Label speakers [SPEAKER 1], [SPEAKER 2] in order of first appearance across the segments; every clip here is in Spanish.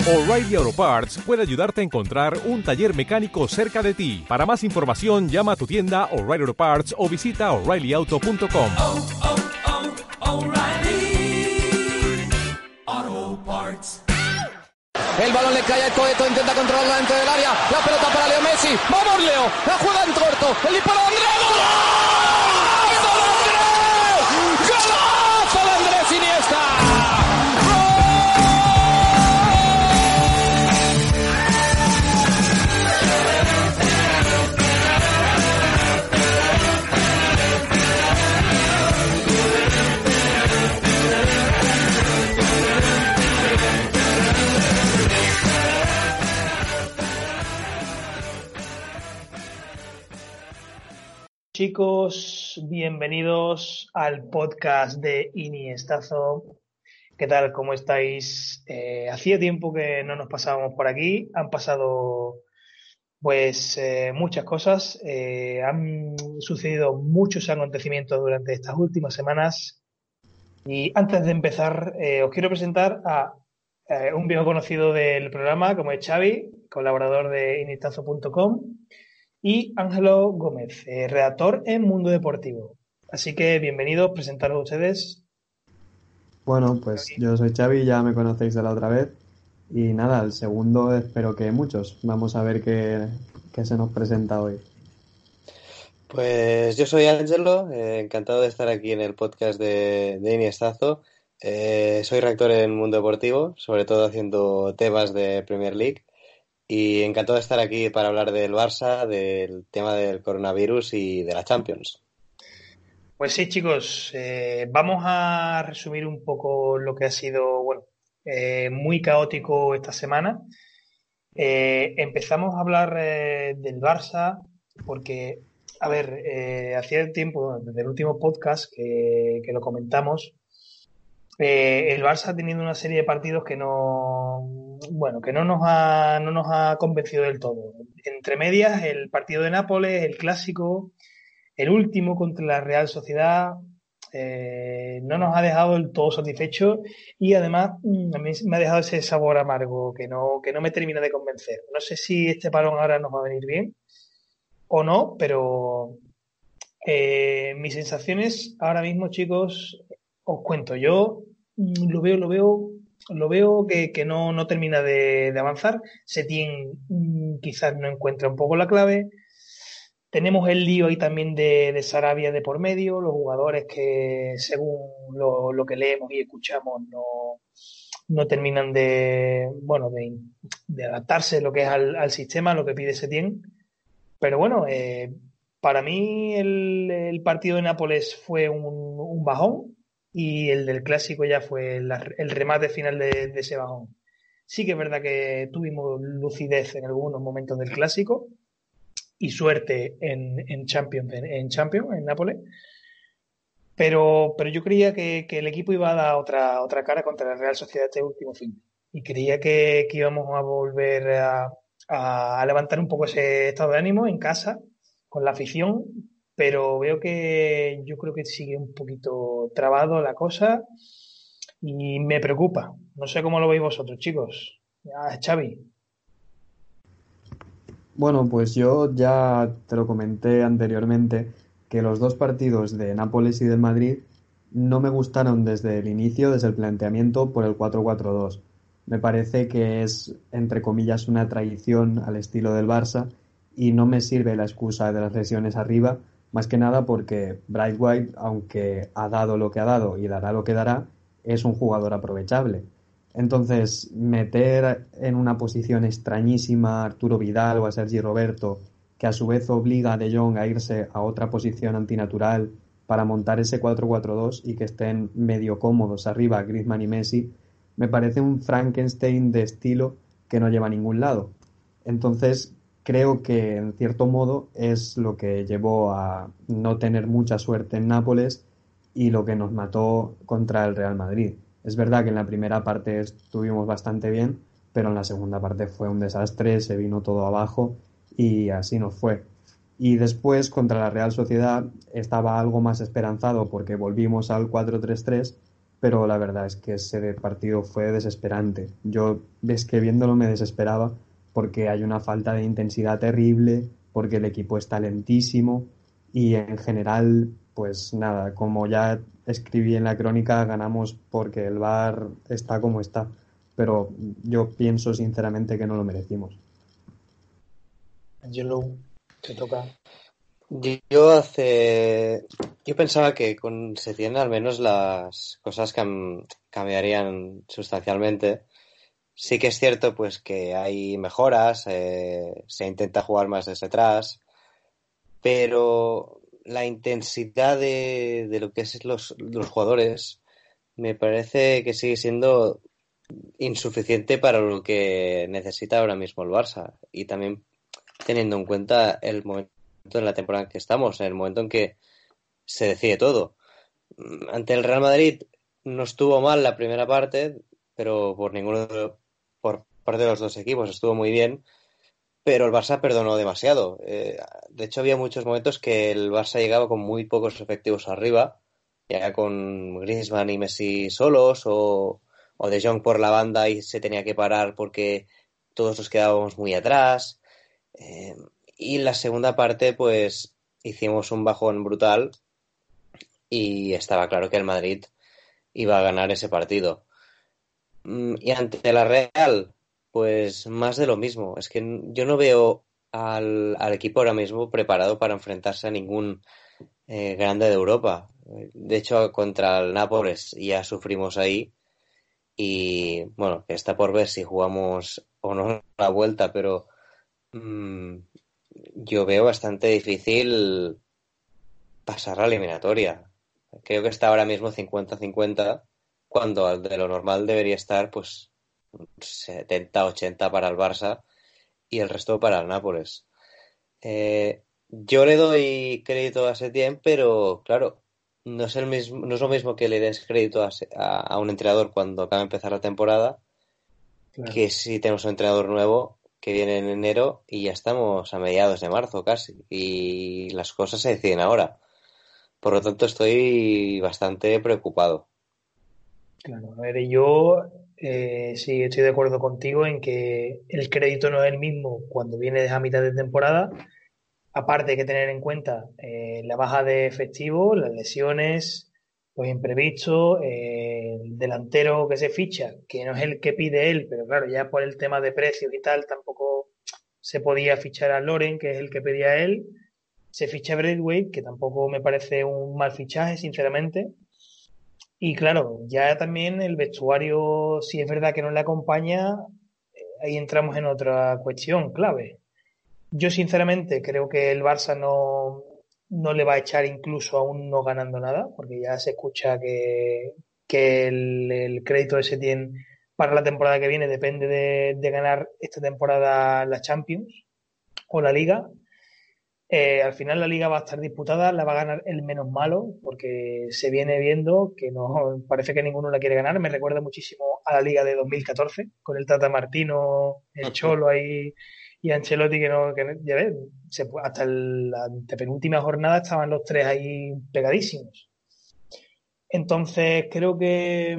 [SPEAKER 1] O'Reilly Auto Parts puede ayudarte a encontrar un taller mecánico cerca de ti. Para más información, llama a tu tienda O'Reilly Auto Parts o visita O'ReillyAuto.com.
[SPEAKER 2] El balón le cae a Coeto, intenta controlarla dentro del área. La pelota para Leo Messi. ¡Vamos, Leo! La juega en corto. El disparo de Andrés. ¡Golazo de Andrés! ¡Golazo de Andrés Iniesta!
[SPEAKER 3] Chicos, bienvenidos al podcast de Iniestazo. ¿Qué tal? ¿Cómo estáis? Hacía tiempo que no nos pasábamos por aquí. Han pasado muchas cosas. Han sucedido muchos acontecimientos durante estas últimas semanas. Y antes de empezar, os quiero presentar a un viejo conocido del programa, como es Xavi, colaborador de iniestazo.com. Y Ángelo Gómez, redactor en Mundo Deportivo. Así que bienvenidos, presentaros ustedes.
[SPEAKER 4] Bueno, pues yo soy Xavi, ya me conocéis de la otra vez. Y nada, el segundo espero que muchos. Vamos a ver qué se nos presenta hoy.
[SPEAKER 5] Pues yo soy Ángelo, encantado de estar aquí en el podcast de Iniestazo. Soy redactor en Mundo Deportivo, sobre todo haciendo temas de Premier League. Y encantado de estar aquí para hablar del Barça, del tema del coronavirus y de la Champions.
[SPEAKER 3] Pues sí, chicos, vamos a resumir un poco lo que ha sido, muy caótico esta semana. Empezamos a hablar del Barça porque, hacía tiempo, desde el último podcast que lo comentamos, el Barça ha tenido una serie de partidos que no nos ha convencido del todo. Entre medias, el partido de Nápoles, el clásico, el último contra la Real Sociedad, no nos ha dejado del todo satisfechos y además a mí me ha dejado ese sabor amargo que no me termina de convencer. No sé si este parón ahora nos va a venir bien o no, pero mis sensaciones ahora mismo, chicos, os cuento. Yo lo veo que no termina de avanzar. Setién quizás no encuentra un poco la clave. Tenemos el lío ahí también de Sarabia de por medio, los jugadores que según lo que leemos y escuchamos no terminan de adaptarse lo que es al sistema, lo que pide Setién. Pero bueno, para mí el partido de Nápoles fue un bajón y el del clásico ya fue el remate final de ese bajón. Sí que es verdad que tuvimos lucidez en algunos momentos del clásico y suerte en Champions, en Nápoles, pero yo creía que el equipo iba a dar otra cara contra la Real Sociedad este último fin y creía que íbamos a volver a levantar un poco ese estado de ánimo en casa con la afición, pero veo que yo creo que sigue un poquito trabado la cosa y me preocupa. No sé cómo lo veis vosotros, chicos. Xavi.
[SPEAKER 4] Bueno, pues yo ya te lo comenté anteriormente que los dos partidos de Nápoles y del Madrid no me gustaron desde el inicio, desde el planteamiento por el 4-4-2. Me parece que es, entre comillas, una traición al estilo del Barça y no me sirve la excusa de las lesiones arriba, más que nada porque Braithwaite, aunque ha dado lo que ha dado y dará lo que dará, es un jugador aprovechable. Entonces, meter en una posición extrañísima a Arturo Vidal o a Sergi Roberto, que a su vez obliga a De Jong a irse a otra posición antinatural para montar ese 4-4-2 y que estén medio cómodos arriba Griezmann y Messi, me parece un Frankenstein de estilo que no lleva a ningún lado. Entonces, creo que en cierto modo es lo que llevó a no tener mucha suerte en Nápoles y lo que nos mató contra el Real Madrid. Es verdad que en la primera parte estuvimos bastante bien, pero en la segunda parte fue un desastre, se vino todo abajo y así nos fue. Y después contra la Real Sociedad estaba algo más esperanzado porque volvimos al 4-3-3, pero la verdad es que ese partido fue desesperante. Yo, ves que viéndolo me desesperaba porque hay una falta de intensidad terrible, porque el equipo está lentísimo y en general, pues nada, como ya escribí en la crónica, ganamos porque el VAR está como está, pero yo pienso sinceramente que no lo merecimos.
[SPEAKER 3] Angelo, te toca.
[SPEAKER 5] Yo pensaba que con Setién al menos las cosas cambiarían sustancialmente. Sí que es cierto pues que hay mejoras, se intenta jugar más desde atrás, pero la intensidad de lo que es los jugadores me parece que sigue siendo insuficiente para lo que necesita ahora mismo el Barça. Y también teniendo en cuenta el momento en la temporada en que estamos, en el momento en que se decide todo. Ante el Real Madrid no estuvo mal la primera parte, pero por parte de los dos equipos estuvo muy bien, pero el Barça perdonó demasiado. De hecho, había muchos momentos que el Barça llegaba con muy pocos efectivos arriba, ya con Griezmann y Messi solos, o De Jong por la banda y se tenía que parar porque todos nos quedábamos muy atrás. Eh, y la segunda parte, pues hicimos un bajón brutal y estaba claro que el Madrid iba a ganar ese partido. Y ante la Real, pues más de lo mismo. Es que yo no veo al equipo ahora mismo preparado para enfrentarse a ningún grande de Europa. De hecho, contra el Nápoles ya sufrimos ahí y bueno, que está por ver si jugamos o no la vuelta, pero mm, yo veo bastante difícil pasar la eliminatoria. Creo que está ahora mismo 50-50, cuando de lo normal debería estar pues 70-80 para el Barça y el resto para el Nápoles. Yo le doy crédito a Setién, pero claro, no es lo mismo que le des crédito a un entrenador cuando acaba de empezar la temporada,
[SPEAKER 3] Claro.
[SPEAKER 5] que si tenemos un entrenador nuevo que viene en enero y ya estamos a mediados de marzo casi, y las cosas se deciden ahora. Por lo tanto, estoy bastante preocupado.
[SPEAKER 3] Claro, a ver, yo sí estoy de acuerdo contigo en que el crédito no es el mismo cuando viene a mitad de temporada. Aparte hay que tener en cuenta la baja de efectivo, las lesiones, los imprevistos, el delantero que se ficha, que no es el que pide él, pero claro, ya por el tema de precios y tal, tampoco se podía fichar a Loren, que es el que pedía él. Se ficha a Braithwaite, que tampoco me parece un mal fichaje, sinceramente. Y claro, ya también el vestuario, si es verdad que no le acompaña, ahí entramos en otra cuestión clave. Yo sinceramente creo que el Barça no le va a echar incluso aún no ganando nada, porque ya se escucha que el crédito de Setién para la temporada que viene depende de ganar esta temporada la Champions o la Liga. Al final la liga va a estar disputada, la va a ganar el menos malo, porque se viene viendo que no parece que ninguno la quiere ganar. Me recuerda muchísimo a la liga de 2014, con el Tata Martino, el Cholo ahí y Ancelotti, ya ves, hasta la antepenúltima jornada estaban los tres ahí pegadísimos. Entonces creo que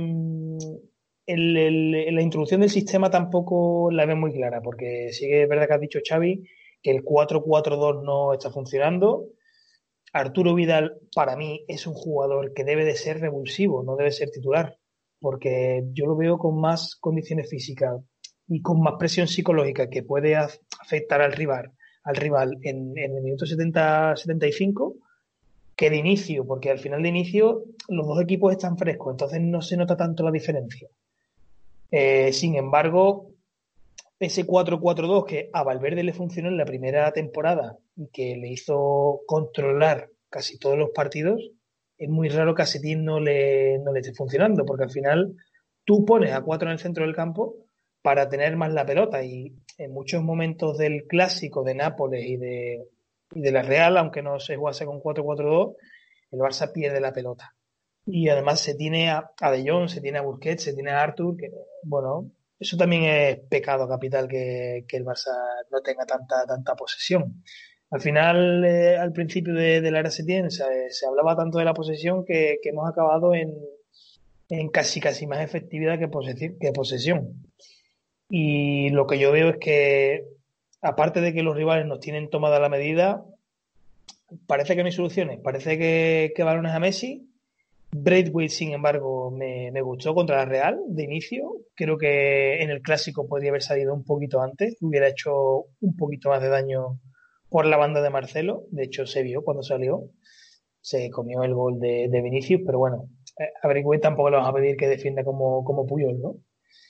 [SPEAKER 3] la introducción del sistema tampoco la ve muy clara, porque sí que es verdad que has dicho, Xavi, que el 4-4-2 no está funcionando. Arturo Vidal, para mí, es un jugador que debe de ser revulsivo, no debe ser titular, porque yo lo veo con más condiciones físicas y con más presión psicológica que puede afectar al rival en el minuto 70-75 que de inicio, porque al final de inicio los dos equipos están frescos, entonces no se nota tanto la diferencia. Sin embargo, ese 4-4-2 que a Valverde le funcionó en la primera temporada y que le hizo controlar casi todos los partidos, es muy raro que a Setién no le esté funcionando, porque al final tú pones a cuatro en el centro del campo para tener más la pelota y en muchos momentos del clásico de Nápoles y de la Real, aunque no se jugase con 4-4-2, el Barça pierde la pelota. Y además se tiene a De Jong, se tiene a Busquets, se tiene a Arthur, que bueno, eso también es pecado capital que el Barça no tenga tanta posesión. Al final, al principio de la era Setién, se hablaba tanto de la posesión que hemos acabado en casi más efectividad que posesión. Y lo que yo veo es que, aparte de que los rivales nos tienen tomada la medida, parece que no hay soluciones. Parece que balones a Messi. Braithwaite, sin embargo, me gustó contra la Real de inicio. Creo que en el Clásico podría haber salido un poquito antes. Hubiera hecho un poquito más de daño por la banda de Marcelo. De hecho, se vio cuando salió. Se comió el gol de Vinicius, pero bueno, a Braithwaite tampoco le vamos a pedir que defienda como Puyol, ¿no?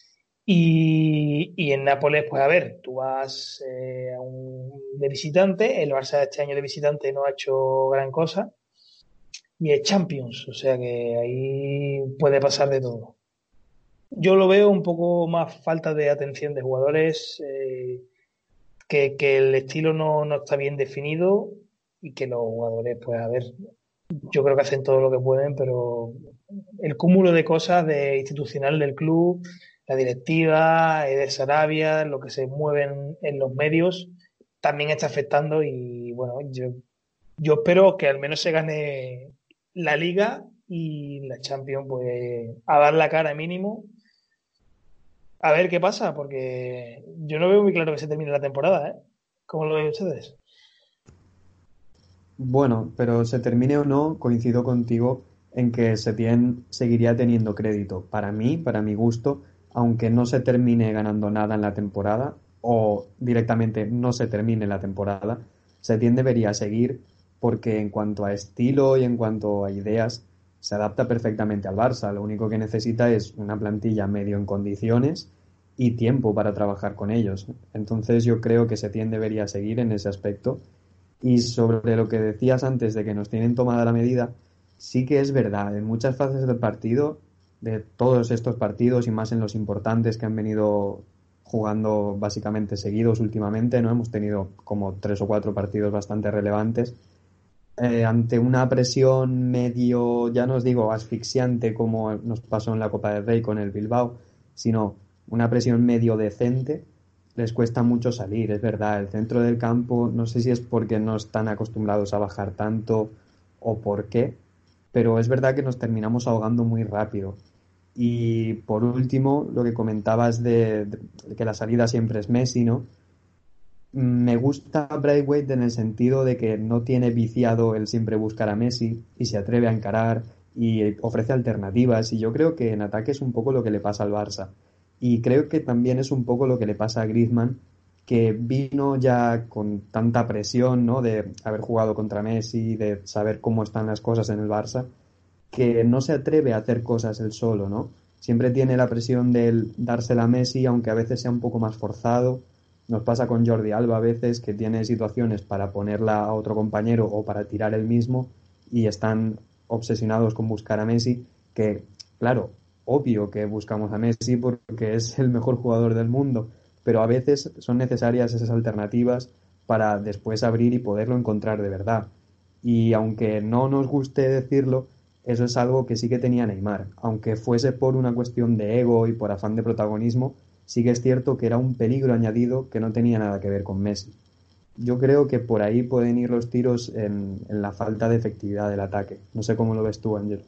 [SPEAKER 3] Y en Nápoles, pues a ver, tú vas de visitante, el Barça este año de visitante no ha hecho gran cosa y es Champions, o sea que ahí puede pasar de todo. Yo lo veo un poco más falta de atención de jugadores, que el estilo no está bien definido y que los jugadores, pues a ver, yo creo que hacen todo lo que pueden, pero el cúmulo de cosas de institucional del club, la directiva, de Sarabia, lo que se mueven en los medios, también está afectando y bueno, yo espero que al menos se gane la Liga y la Champions, pues a dar la cara mínimo. A ver qué pasa, porque yo no veo muy claro que se termine la temporada, ¿eh? ¿Cómo lo ven ustedes?
[SPEAKER 4] Bueno, pero se termine o no, coincido contigo en que Setién seguiría teniendo crédito. Para mí, para mi gusto, aunque no se termine ganando nada en la temporada o directamente no se termine la temporada, Setién debería seguir porque en cuanto a estilo y en cuanto a ideas se adapta perfectamente al Barça. Lo único que necesita es una plantilla medio en condiciones y tiempo para trabajar con ellos. Entonces yo creo que Setién debería seguir en ese aspecto. Y sobre lo que decías antes de que nos tienen tomada la medida, sí que es verdad, en muchas fases del partido, de todos estos partidos y más en los importantes que han venido jugando básicamente seguidos últimamente, ¿no? Hemos tenido como 3 o 4 partidos bastante relevantes. Ante una presión medio, ya no os digo asfixiante como nos pasó en la Copa del Rey con el Bilbao, sino una presión medio decente, les cuesta mucho salir, es verdad. El centro del campo, no sé si es porque no están acostumbrados a bajar tanto o por qué, pero es verdad que nos terminamos ahogando muy rápido. Y por último, lo que comentabas de que la salida siempre es Messi, ¿no? Me gusta Braithwaite en el sentido de que no tiene viciado el siempre buscar a Messi y se atreve a encarar y ofrece alternativas, y yo creo que en ataque es un poco lo que le pasa al Barça. Y creo que también es un poco lo que le pasa a Griezmann, que vino ya con tanta presión, ¿no? De haber jugado contra Messi, de saber cómo están las cosas en el Barça, que no se atreve a hacer cosas él solo, ¿no? Siempre tiene la presión de dársela a Messi, aunque a veces sea un poco más forzado. Nos pasa con Jordi Alba a veces, que tiene situaciones para ponerla a otro compañero o para tirar él mismo y están obsesionados con buscar a Messi, que, claro, obvio que buscamos a Messi porque es el mejor jugador del mundo, pero a veces son necesarias esas alternativas para después abrir y poderlo encontrar de verdad. Y aunque no nos guste decirlo, eso es algo que sí que tenía Neymar. Aunque fuese por una cuestión de ego y por afán de protagonismo, sí que es cierto que era un peligro añadido que no tenía nada que ver con Messi. Yo creo que por ahí pueden ir los tiros en la falta de efectividad del ataque. No sé cómo lo ves tú, Ángel.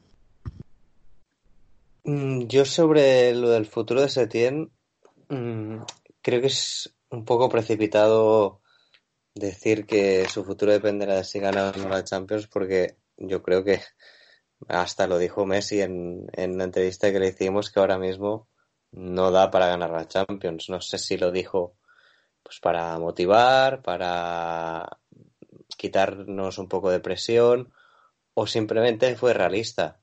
[SPEAKER 5] Yo sobre lo del futuro de Setién, creo que es un poco precipitado decir que su futuro dependerá de si gana o no la Champions, porque yo creo que hasta lo dijo Messi en la entrevista que le hicimos, que ahora mismo no da para ganar la Champions. No sé si lo dijo pues para motivar, para quitarnos un poco de presión, o simplemente fue realista.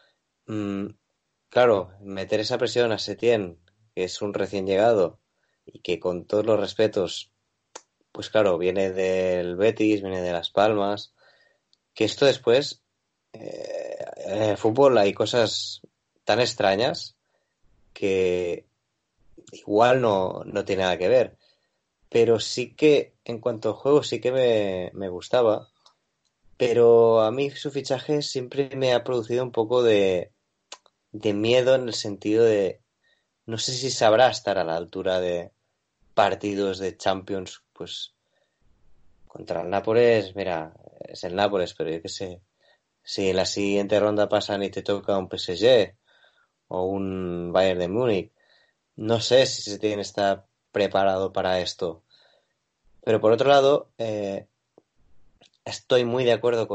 [SPEAKER 5] Claro, meter esa presión a Setién, que es un recién llegado y que con todos los respetos, pues claro, viene del Betis, viene de Las Palmas, que esto después, en el fútbol hay cosas tan extrañas que igual no tiene nada que ver, pero sí que en cuanto al juego sí que me gustaba, pero a mí su fichaje siempre me ha producido un poco de miedo en el sentido de no sé si sabrá estar a la altura de partidos de Champions, pues contra el Nápoles, mira, es el Nápoles, pero yo qué sé, si en la siguiente ronda pasan y te toca un PSG o un Bayern de Múnich. No sé si Setién está preparado para esto. Pero por otro lado, estoy muy de acuerdo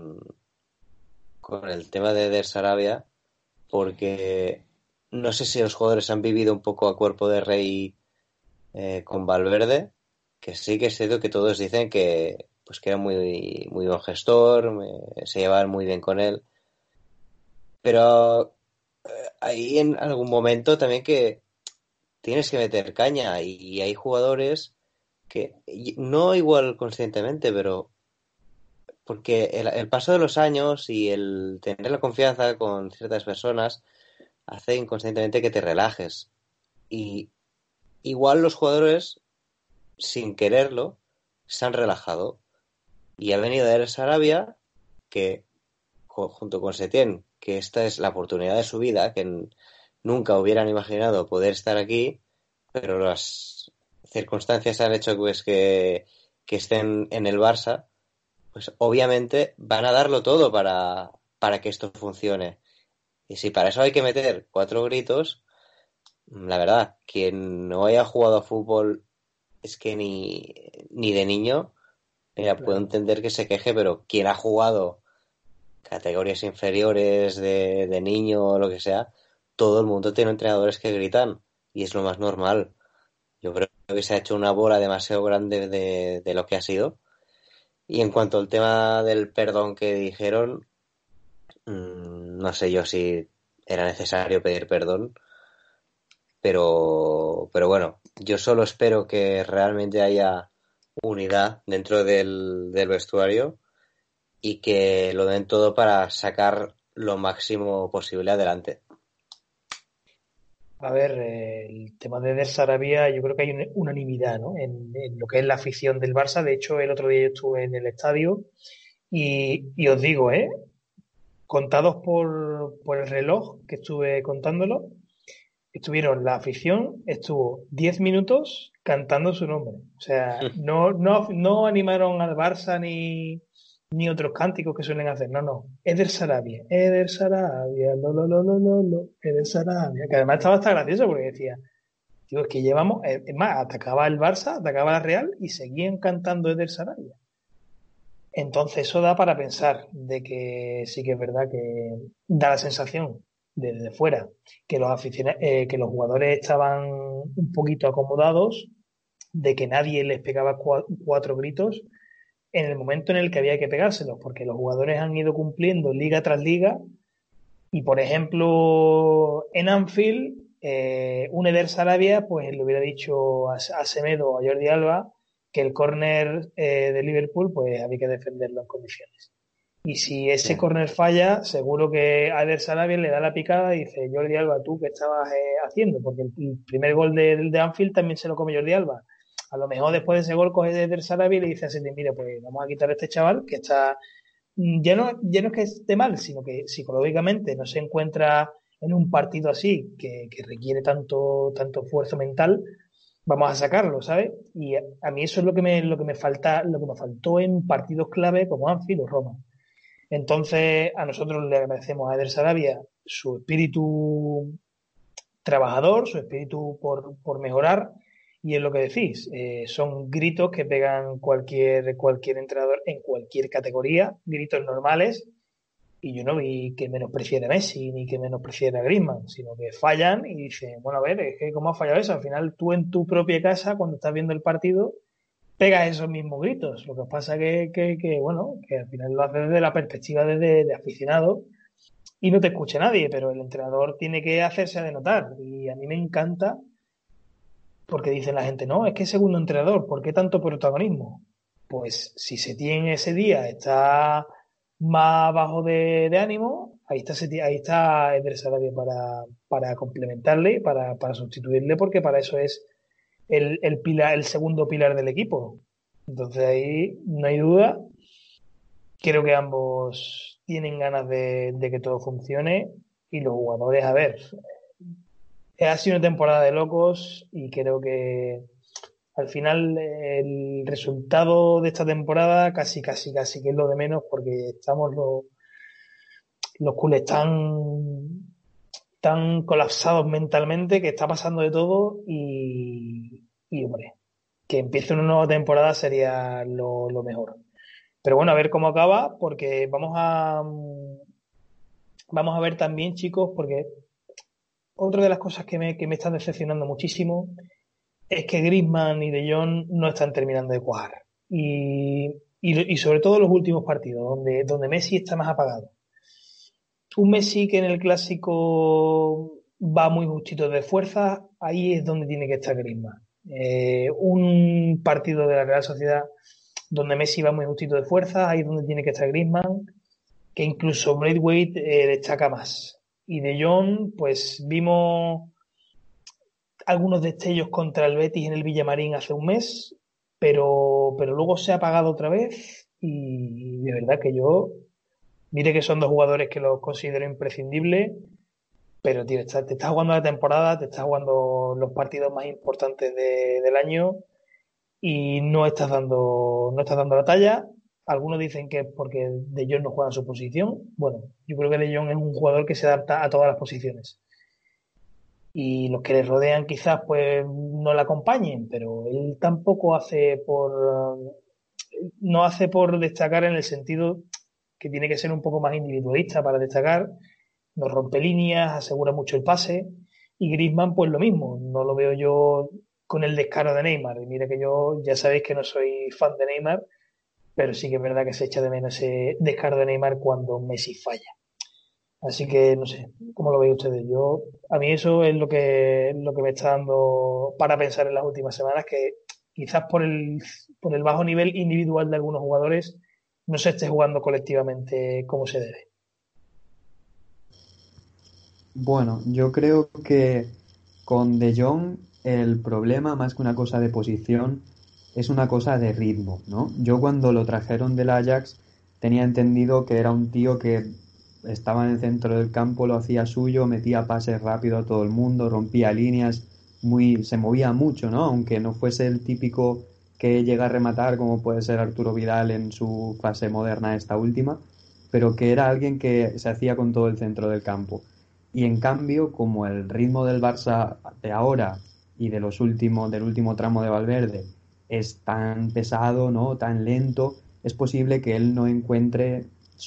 [SPEAKER 5] con el tema de Der Sarabia, porque no sé si los jugadores han vivido un poco a cuerpo de rey con Valverde, que sí que es cierto que todos dicen que pues que era muy, muy buen gestor, se llevaban muy bien con él, pero hay en algún momento también que tienes que meter caña y hay jugadores que no igual conscientemente, pero porque el paso de los años y el tener la confianza con ciertas personas hace inconscientemente que te relajes. Y igual los jugadores, sin quererlo, se han relajado. Y ha venido de Sarabia, que junto con Setién, que esta es la oportunidad de su vida, que nunca hubieran imaginado poder estar aquí, pero las circunstancias han hecho pues, que estén en el Barça, pues obviamente van a darlo todo para que esto funcione. Y si para eso hay que meter 4 gritos, la verdad, quien no haya jugado a fútbol es que ni de niño, mira, puedo entender que se queje, pero quien ha jugado categorías inferiores de niño o lo que sea, todo el mundo tiene entrenadores que gritan y es lo más normal. Yo creo que se ha hecho una bola demasiado grande de lo que ha sido. Y en cuanto al tema del perdón que dijeron, no sé yo si era necesario pedir perdón, pero bueno, yo solo espero que realmente haya unidad dentro del vestuario y que lo den todo para sacar lo máximo posible adelante.
[SPEAKER 3] A ver, el tema de Der Sarabia, yo creo que hay unanimidad, ¿no? En lo que es la afición del Barça. De hecho, el otro día yo estuve en el estadio y os digo, contados por el reloj que estuve contándolo, estuvieron, la afición estuvo 10 minutos cantando su nombre. O sea, no animaron al Barça ni otros cánticos que suelen hacer. No. Eder Sarabia, lo, Eder Sarabia. Que además estaba hasta gracioso porque decía, tío, es que llevamos, es más, atacaba el Barça, atacaba la Real y seguían cantando Eder Sarabia. Entonces eso da para pensar de que sí que es verdad que da la sensación desde fuera que que los jugadores estaban un poquito acomodados, de que nadie les pegaba 4 gritos en el momento en el que había que pegárselos, porque los jugadores han ido cumpliendo liga tras liga y, por ejemplo, en Anfield, un Eder Sarabia pues le hubiera dicho a Semedo o a Jordi Alba que el córner de Liverpool pues había que defenderlo en condiciones. Y si ese córner falla, seguro que a Eder Sarabia le da la picada y dice, Jordi Alba, ¿tú qué estabas haciendo? Porque el primer gol de Anfield también se lo come Jordi Alba. A lo mejor después de ese gol coge Eder Sarabia y le dice así, mira, pues vamos a quitar a este chaval que está, ya no es que esté mal, sino que psicológicamente no se encuentra en un partido así que requiere tanto esfuerzo mental, vamos a sacarlo, ¿sabes? Y a mí eso es lo que me faltó en partidos clave como Anfield o Roma. Entonces, a nosotros le agradecemos a Eder Sarabia su espíritu trabajador, su espíritu por mejorar, y es lo que decís, son gritos que pegan cualquier entrenador en cualquier categoría, gritos normales, y yo no vi que menospreciara a Messi ni que menospreciara a Griezmann, sino que fallan y dicen, bueno, a ver, es que ¿cómo ha fallado eso? Al final tú en tu propia casa, cuando estás viendo el partido, pegas esos mismos gritos. Lo que pasa que bueno, que al final lo haces desde la perspectiva de aficionado y no te escucha nadie, pero el entrenador tiene que hacerse de notar. Y a mí me encanta porque dicen la gente, no, es que es segundo entrenador, ¿por qué tanto protagonismo? Pues si Setién ese día está más bajo de ánimo, ahí está Eder Sarabia para complementarle, para sustituirle, porque para eso es el segundo pilar del equipo. Entonces ahí no hay duda. Creo que ambos tienen ganas de que todo funcione y los jugadores, a ver, ha sido una temporada de locos y creo que al final el resultado de esta temporada casi que es lo de menos porque estamos los culés tan tan colapsados mentalmente que está pasando de todo y hombre, que empiece una nueva temporada sería lo mejor. Pero bueno, a ver cómo acaba, porque vamos a ver también, chicos, porque otra de las cosas que me están decepcionando muchísimo es que Griezmann y De Jong no están terminando de cuajar. Y sobre todo los últimos partidos, donde Messi está más apagado. Un Messi que en el clásico va muy justito de fuerza, ahí es donde tiene que estar Griezmann. Un partido de la Real Sociedad donde Messi va muy justito de fuerza, ahí es donde tiene que estar Griezmann, que incluso Braithwaite destaca más. Y De Jong, pues vimos algunos destellos contra el Betis en el Villamarín hace un mes, pero luego se ha apagado otra vez y de verdad que yo, mire que son dos jugadores que los considero imprescindibles, pero tío, te estás jugando la temporada, te estás jugando los partidos más importantes del año y no estás dando la talla. Algunos dicen que es porque De Jong no juega en su posición. Bueno, yo creo que De Jong es un jugador que se adapta a todas las posiciones y los que le rodean quizás pues no le acompañen, pero él tampoco no hace por destacar en el sentido que tiene que ser un poco más individualista para destacar, no rompe líneas, asegura mucho el pase y Griezmann pues lo mismo, no lo veo yo con el descaro de Neymar, y mira que yo ya sabéis que no soy fan de Neymar, pero sí que es verdad que se echa de menos ese descaro de Neymar cuando Messi falla. Así que no sé, ¿cómo lo veis ustedes? A mí eso es lo que me está dando para pensar en las últimas semanas, que quizás por el bajo nivel individual de algunos jugadores no se esté jugando colectivamente como se debe.
[SPEAKER 4] Bueno, yo creo que con De Jong el problema, más que una cosa de posición, es una cosa de ritmo, ¿no? Yo cuando lo trajeron del Ajax tenía entendido que era un tío que estaba en el centro del campo, lo hacía suyo, metía pases rápido a todo el mundo, rompía líneas, se movía mucho, ¿no? Aunque no fuese el típico que llega a rematar como puede ser Arturo Vidal en su fase moderna esta última, pero que era alguien que se hacía con todo el centro del campo. Y en cambio, como el ritmo del Barça de ahora y del último tramo de Valverde es tan pesado, ¿no? Tan lento, es posible que él no encuentre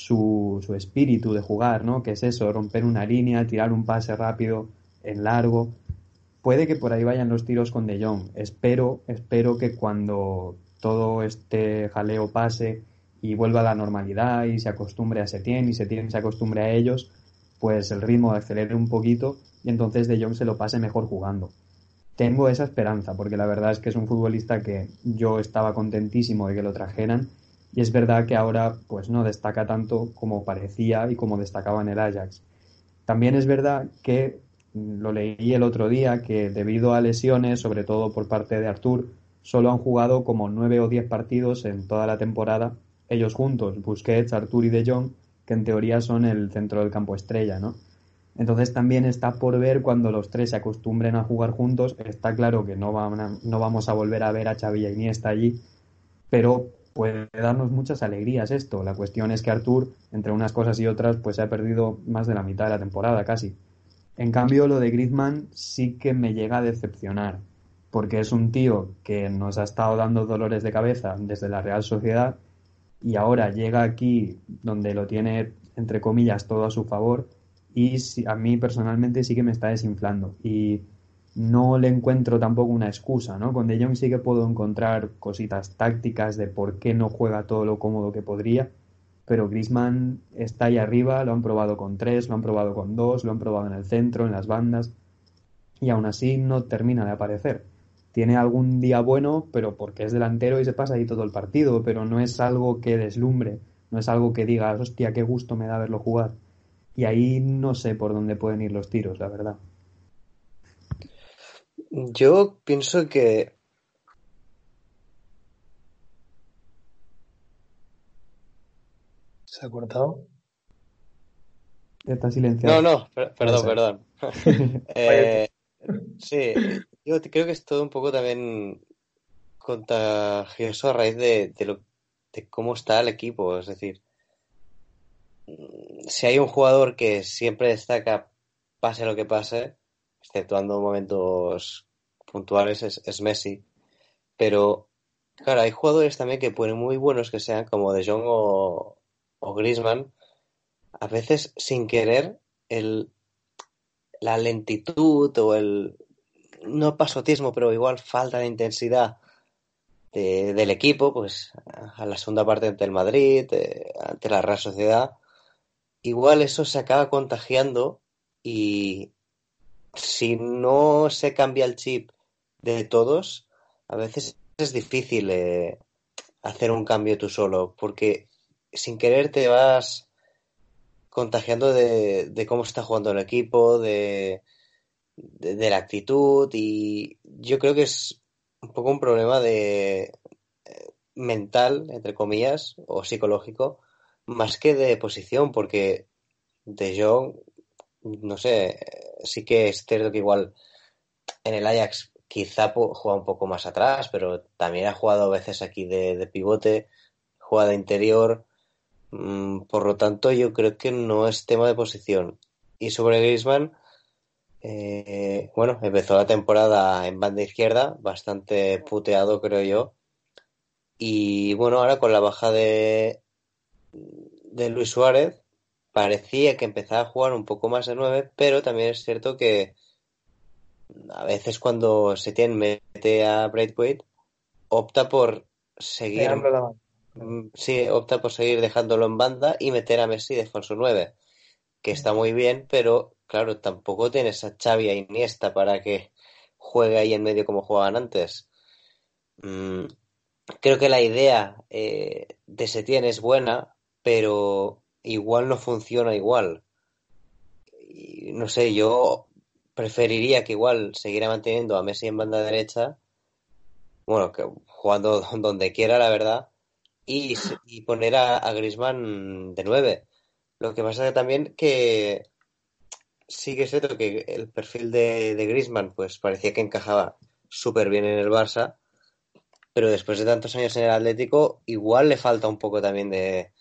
[SPEAKER 4] su espíritu de jugar, ¿no? Que es eso, romper una línea, tirar un pase rápido en largo. Puede que por ahí vayan los tiros con De Jong. Espero que cuando todo este jaleo pase y vuelva a la normalidad y se acostumbre a Setién y Setién se acostumbre a ellos, pues el ritmo acelere un poquito y entonces De Jong se lo pase mejor jugando. Tengo esa esperanza, porque la verdad es que es un futbolista que yo estaba contentísimo de que lo trajeran, y es verdad que ahora pues no destaca tanto como parecía y como destacaba en el Ajax. También es verdad que lo leí el otro día, que debido a lesiones, sobre todo por parte de Artur, solo han jugado como 9 o 10 partidos en toda la temporada, ellos juntos, Busquets, Artur y De Jong, que en teoría son el centro del campo estrella, ¿no? Entonces también está por ver cuando los tres se acostumbren a jugar juntos. Está claro que no vamos a volver a ver a Xavi y Iniesta allí, pero puede darnos muchas alegrías esto. La cuestión es que Artur, entre unas cosas y otras, pues se ha perdido más de la mitad de la temporada casi. En cambio, lo de Griezmann sí que me llega a decepcionar, porque es un tío que nos ha estado dando dolores de cabeza desde la Real Sociedad y ahora llega aquí donde lo tiene, entre comillas, todo a su favor, y a mí personalmente sí que me está desinflando y no le encuentro tampoco una excusa, ¿no? Con De Jong sí que puedo encontrar cositas tácticas de por qué no juega todo lo cómodo que podría, pero Griezmann está ahí arriba, lo han probado con 3, lo han probado con 2, lo han probado en el centro, en las bandas, y aún así no termina de aparecer. Tiene algún día bueno, pero porque es delantero y se pasa ahí todo el partido, pero no es algo que deslumbre, no es algo que digas, hostia, qué gusto me da verlo jugar. Y ahí no sé por dónde pueden ir los tiros, la verdad.
[SPEAKER 5] Yo pienso que
[SPEAKER 3] ¿Se ha cortado?
[SPEAKER 4] Está silenciado.
[SPEAKER 5] no,
[SPEAKER 4] Puede ser.
[SPEAKER 5] perdón. Sí, yo creo que es todo un poco también contagioso a raíz de cómo está el equipo. Es decir, si hay un jugador que siempre destaca pase lo que pase, exceptuando momentos puntuales, es Messi. Pero, claro, hay jugadores también que pueden muy buenos que sean, como De Jong o Griezmann, a veces sin querer, el, la lentitud o el, no pasotismo, pero igual falta de intensidad del equipo, pues a la segunda parte ante el Madrid, ante la Real Sociedad, igual eso se acaba contagiando y si no se cambia el chip de todos, a veces es difícil hacer un cambio tú solo, porque sin querer te vas contagiando de cómo está jugando el equipo, de la actitud y yo creo que es un poco un problema de mental, entre comillas, o psicológico, más que de posición, porque De Jong, no sé, sí que es cierto que igual en el Ajax quizá juega un poco más atrás, pero también ha jugado a veces aquí de pivote, juega de interior, por lo tanto yo creo que no es tema de posición. Y sobre Griezmann, bueno, empezó la temporada en banda izquierda, bastante puteado creo yo, y bueno, ahora con la baja de Luis Suárez, parecía que empezaba a jugar un poco más de 9, pero también es cierto que a veces cuando Setién mete a Braithwaite, opta por seguir,
[SPEAKER 3] Dejando la banda.
[SPEAKER 5] sí, opta por seguir dejándolo en banda y meter a Messi de falso 9, que está muy bien, pero claro, tampoco tienes a Xavi e Iniesta para que juegue ahí en medio como jugaban antes. Mm, Creo que la idea de Setién es buena, pero igual no funciona igual. Y no sé, yo preferiría que igual siguiera manteniendo a Messi en banda derecha, bueno, que jugando donde quiera, la verdad, y poner a Griezmann de 9. Lo que pasa que también que sí que es cierto que el perfil de Griezmann pues parecía que encajaba súper bien en el Barça, pero después de tantos años en el Atlético, igual le falta un poco también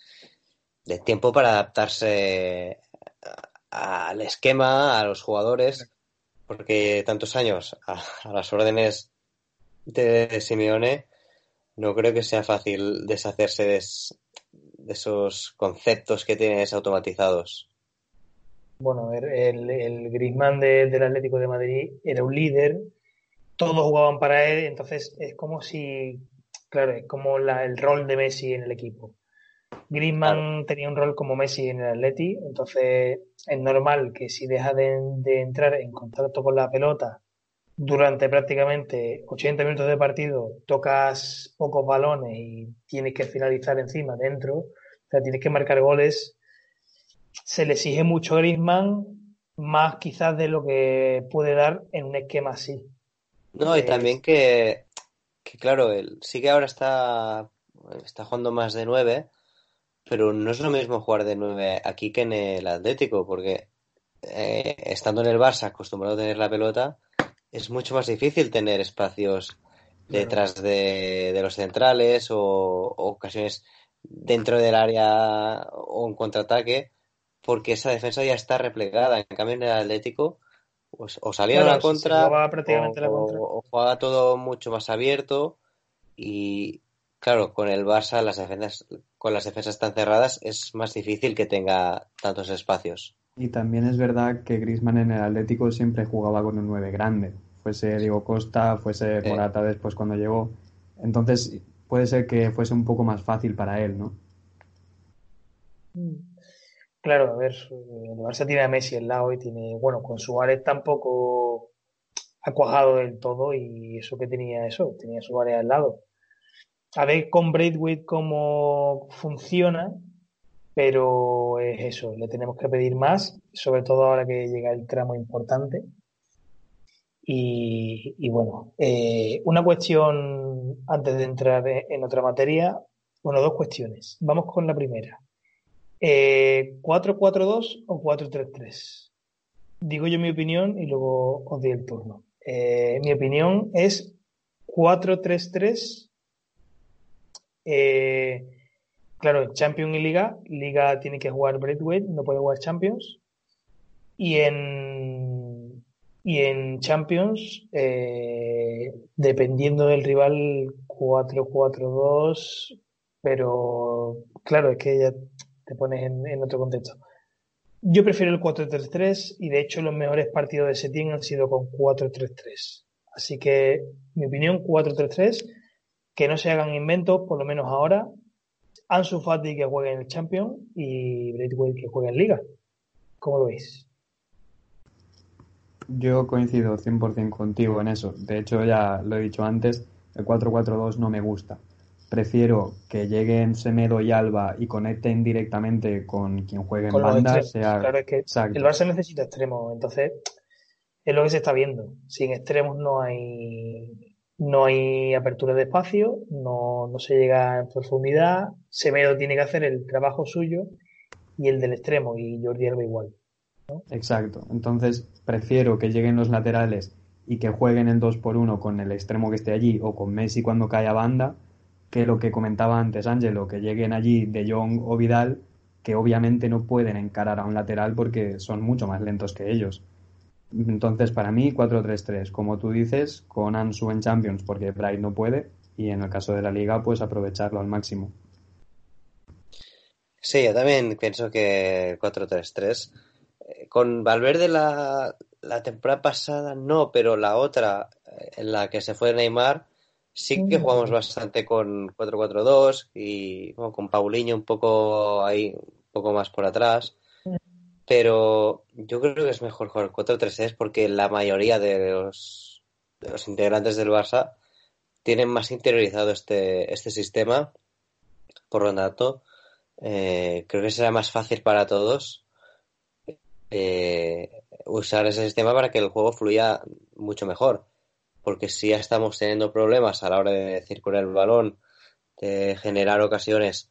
[SPEAKER 5] de tiempo para adaptarse al esquema, a los jugadores, porque tantos años a las órdenes de Simeone, no creo que sea fácil deshacerse de esos conceptos que tienes automatizados.
[SPEAKER 3] Bueno, a ver, el Griezmann del Atlético de Madrid era un líder, todos jugaban para él, entonces es como si, claro, es como el rol de Messi en el equipo.
[SPEAKER 5] Claro,
[SPEAKER 3] Griezmann tenía un rol como Messi en el Atleti, entonces es normal que si deja de entrar en contacto con la pelota durante prácticamente 80 minutos de partido, tocas pocos balones y tienes que finalizar encima, dentro, o sea, tienes que marcar goles, se le exige mucho a Griezmann, más quizás de lo que puede dar en un esquema así.
[SPEAKER 5] no, y también que claro, él sí que ahora está jugando más de 9, pero no es lo mismo jugar de 9 aquí que en el Atlético, porque estando en el Barça acostumbrado a tener la pelota, es mucho más difícil tener espacios
[SPEAKER 3] Claro.
[SPEAKER 5] detrás de los centrales o ocasiones dentro del área o un contraataque, porque esa defensa ya está replegada. En cambio, en el Atlético, pues o salían a la
[SPEAKER 3] Claro, si se
[SPEAKER 5] contra
[SPEAKER 3] jugaba prácticamente la contra.
[SPEAKER 5] o jugaba todo mucho más abierto y claro, con el Barça con las defensas tan cerradas es más difícil que tenga tantos espacios.
[SPEAKER 4] Y también es verdad que Griezmann en el Atlético siempre jugaba con un 9 grande, fuese Diego Costa, fuese
[SPEAKER 5] Eh,
[SPEAKER 4] Morata después cuando llegó. Entonces puede ser que fuese un poco más fácil para él, ¿no?
[SPEAKER 3] Claro, a ver, el Barça tiene a Messi al lado y tiene, bueno, con Suárez tampoco ha cuajado del todo y eso que tenía eso, tenía Suárez al lado. A ver con Braithwaite cómo funciona, pero es eso, le tenemos que pedir más, sobre todo ahora que llega el tramo importante. Y bueno, una cuestión antes de entrar en otra materia, bueno, dos cuestiones. Vamos con la primera. 4-4-2 o 4-3-3. Digo yo mi opinión y luego os doy el turno. Mi opinión es 4-3-3. Eh, claro, Champions y Liga. Liga tiene que jugar Braithwaite, no puede jugar Champions. Y en Champions, dependiendo del rival, 4-4-2, pero claro, es que ya te pones en otro contexto. Yo prefiero el 4-3-3 y de hecho los mejores partidos de Setién han sido con 4-3-3. Así que, mi opinión, 4-3-3, que no se hagan inventos, por lo menos ahora. Ansu Fati que juegue en el Champions y Braithwaite que juegue en Liga. ¿Cómo lo veis?
[SPEAKER 4] Yo coincido 100% contigo en eso. De hecho, ya lo he dicho antes, el 4-4-2 no me gusta. Prefiero que lleguen Semedo y Alba y conecten directamente con quien juegue en
[SPEAKER 3] Con los
[SPEAKER 4] banda,
[SPEAKER 3] extremos.
[SPEAKER 4] sea
[SPEAKER 3] Claro, es que el
[SPEAKER 4] exacto.
[SPEAKER 3] Barça necesita extremos, entonces es lo que se está viendo. Sin extremos no hay apertura de espacio, no se llega en profundidad. Semedo tiene que hacer el trabajo suyo y el del extremo, y Jordi Alba igual.
[SPEAKER 4] Exacto. Entonces, prefiero que lleguen los laterales y que jueguen el 2-1 con el extremo que esté allí o con Messi cuando cae a banda, que lo que comentaba antes Ángelo, que lleguen allí De Jong o Vidal, que obviamente no pueden encarar a un lateral porque son mucho más lentos que ellos. Entonces, para mí, 4-3-3, como tú dices, con Ansu en Champions porque Bright no puede, y en el caso de la Liga, pues aprovecharlo al máximo.
[SPEAKER 5] Sí, yo también pienso que 4-3-3. Con Valverde la temporada pasada no, pero la otra, en la que se fue Neymar, sí que jugamos bastante con 4-4-2 y bueno, con Paulinho un poco ahí, un poco más por atrás. Pero yo creo que es mejor jugar 4-3-3 porque la mayoría de los integrantes del Barça tienen más interiorizado este sistema. Por lo tanto, creo que será más fácil para todos usar ese sistema para que el juego fluya mucho mejor. Porque si ya estamos teniendo problemas a la hora de circular el balón, de generar ocasiones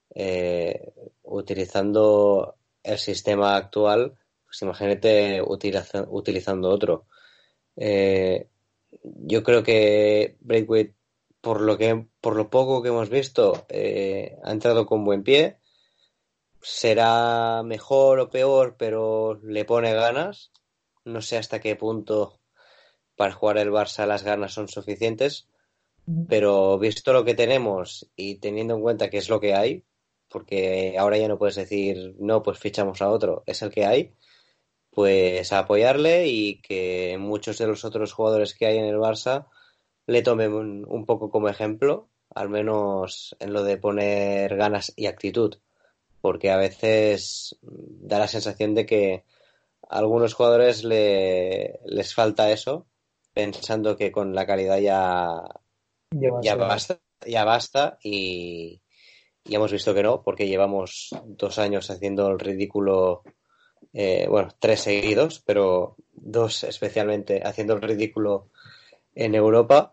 [SPEAKER 5] utilizando el sistema actual, pues imagínate utilizando otro. Eh, yo creo que Braithwaite, por lo poco que hemos visto, ha entrado con buen pie. Será mejor o peor, pero le pone ganas. No sé hasta qué punto para jugar el Barça las ganas son suficientes, pero visto lo que tenemos y teniendo en cuenta que es lo que hay, porque ahora ya no puedes decir, no, pues fichamos a otro, es el que hay, pues a apoyarle y que muchos de los otros jugadores que hay en el Barça le tomen un poco como ejemplo, al menos en lo de poner ganas y actitud, porque a veces da la sensación de que a algunos jugadores les falta eso, pensando que con la calidad ya basta, ya basta y hemos visto que no, porque llevamos 2 años haciendo el ridículo, bueno, 3 seguidos, pero 2 especialmente haciendo el ridículo en Europa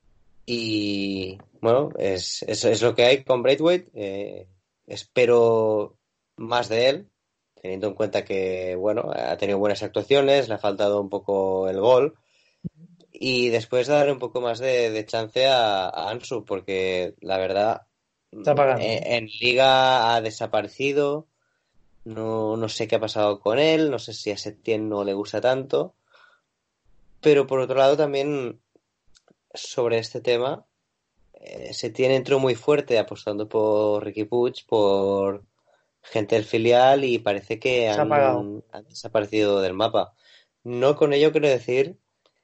[SPEAKER 5] y bueno, es lo que hay con Braithwaite. Espero más de él, teniendo en cuenta que, bueno, ha tenido buenas actuaciones, le ha faltado un poco el gol y después darle un poco más de chance a Ansu, porque la verdad
[SPEAKER 3] Está pagando.
[SPEAKER 5] en Liga ha desaparecido, no sé qué ha pasado con él, no sé si a Setién no le gusta tanto, pero por otro lado también sobre este tema, Setién entró muy fuerte apostando por Riqui Puig, por gente del filial y parece que
[SPEAKER 3] Se ha pagado.
[SPEAKER 5] han desaparecido del mapa. No con ello quiero decir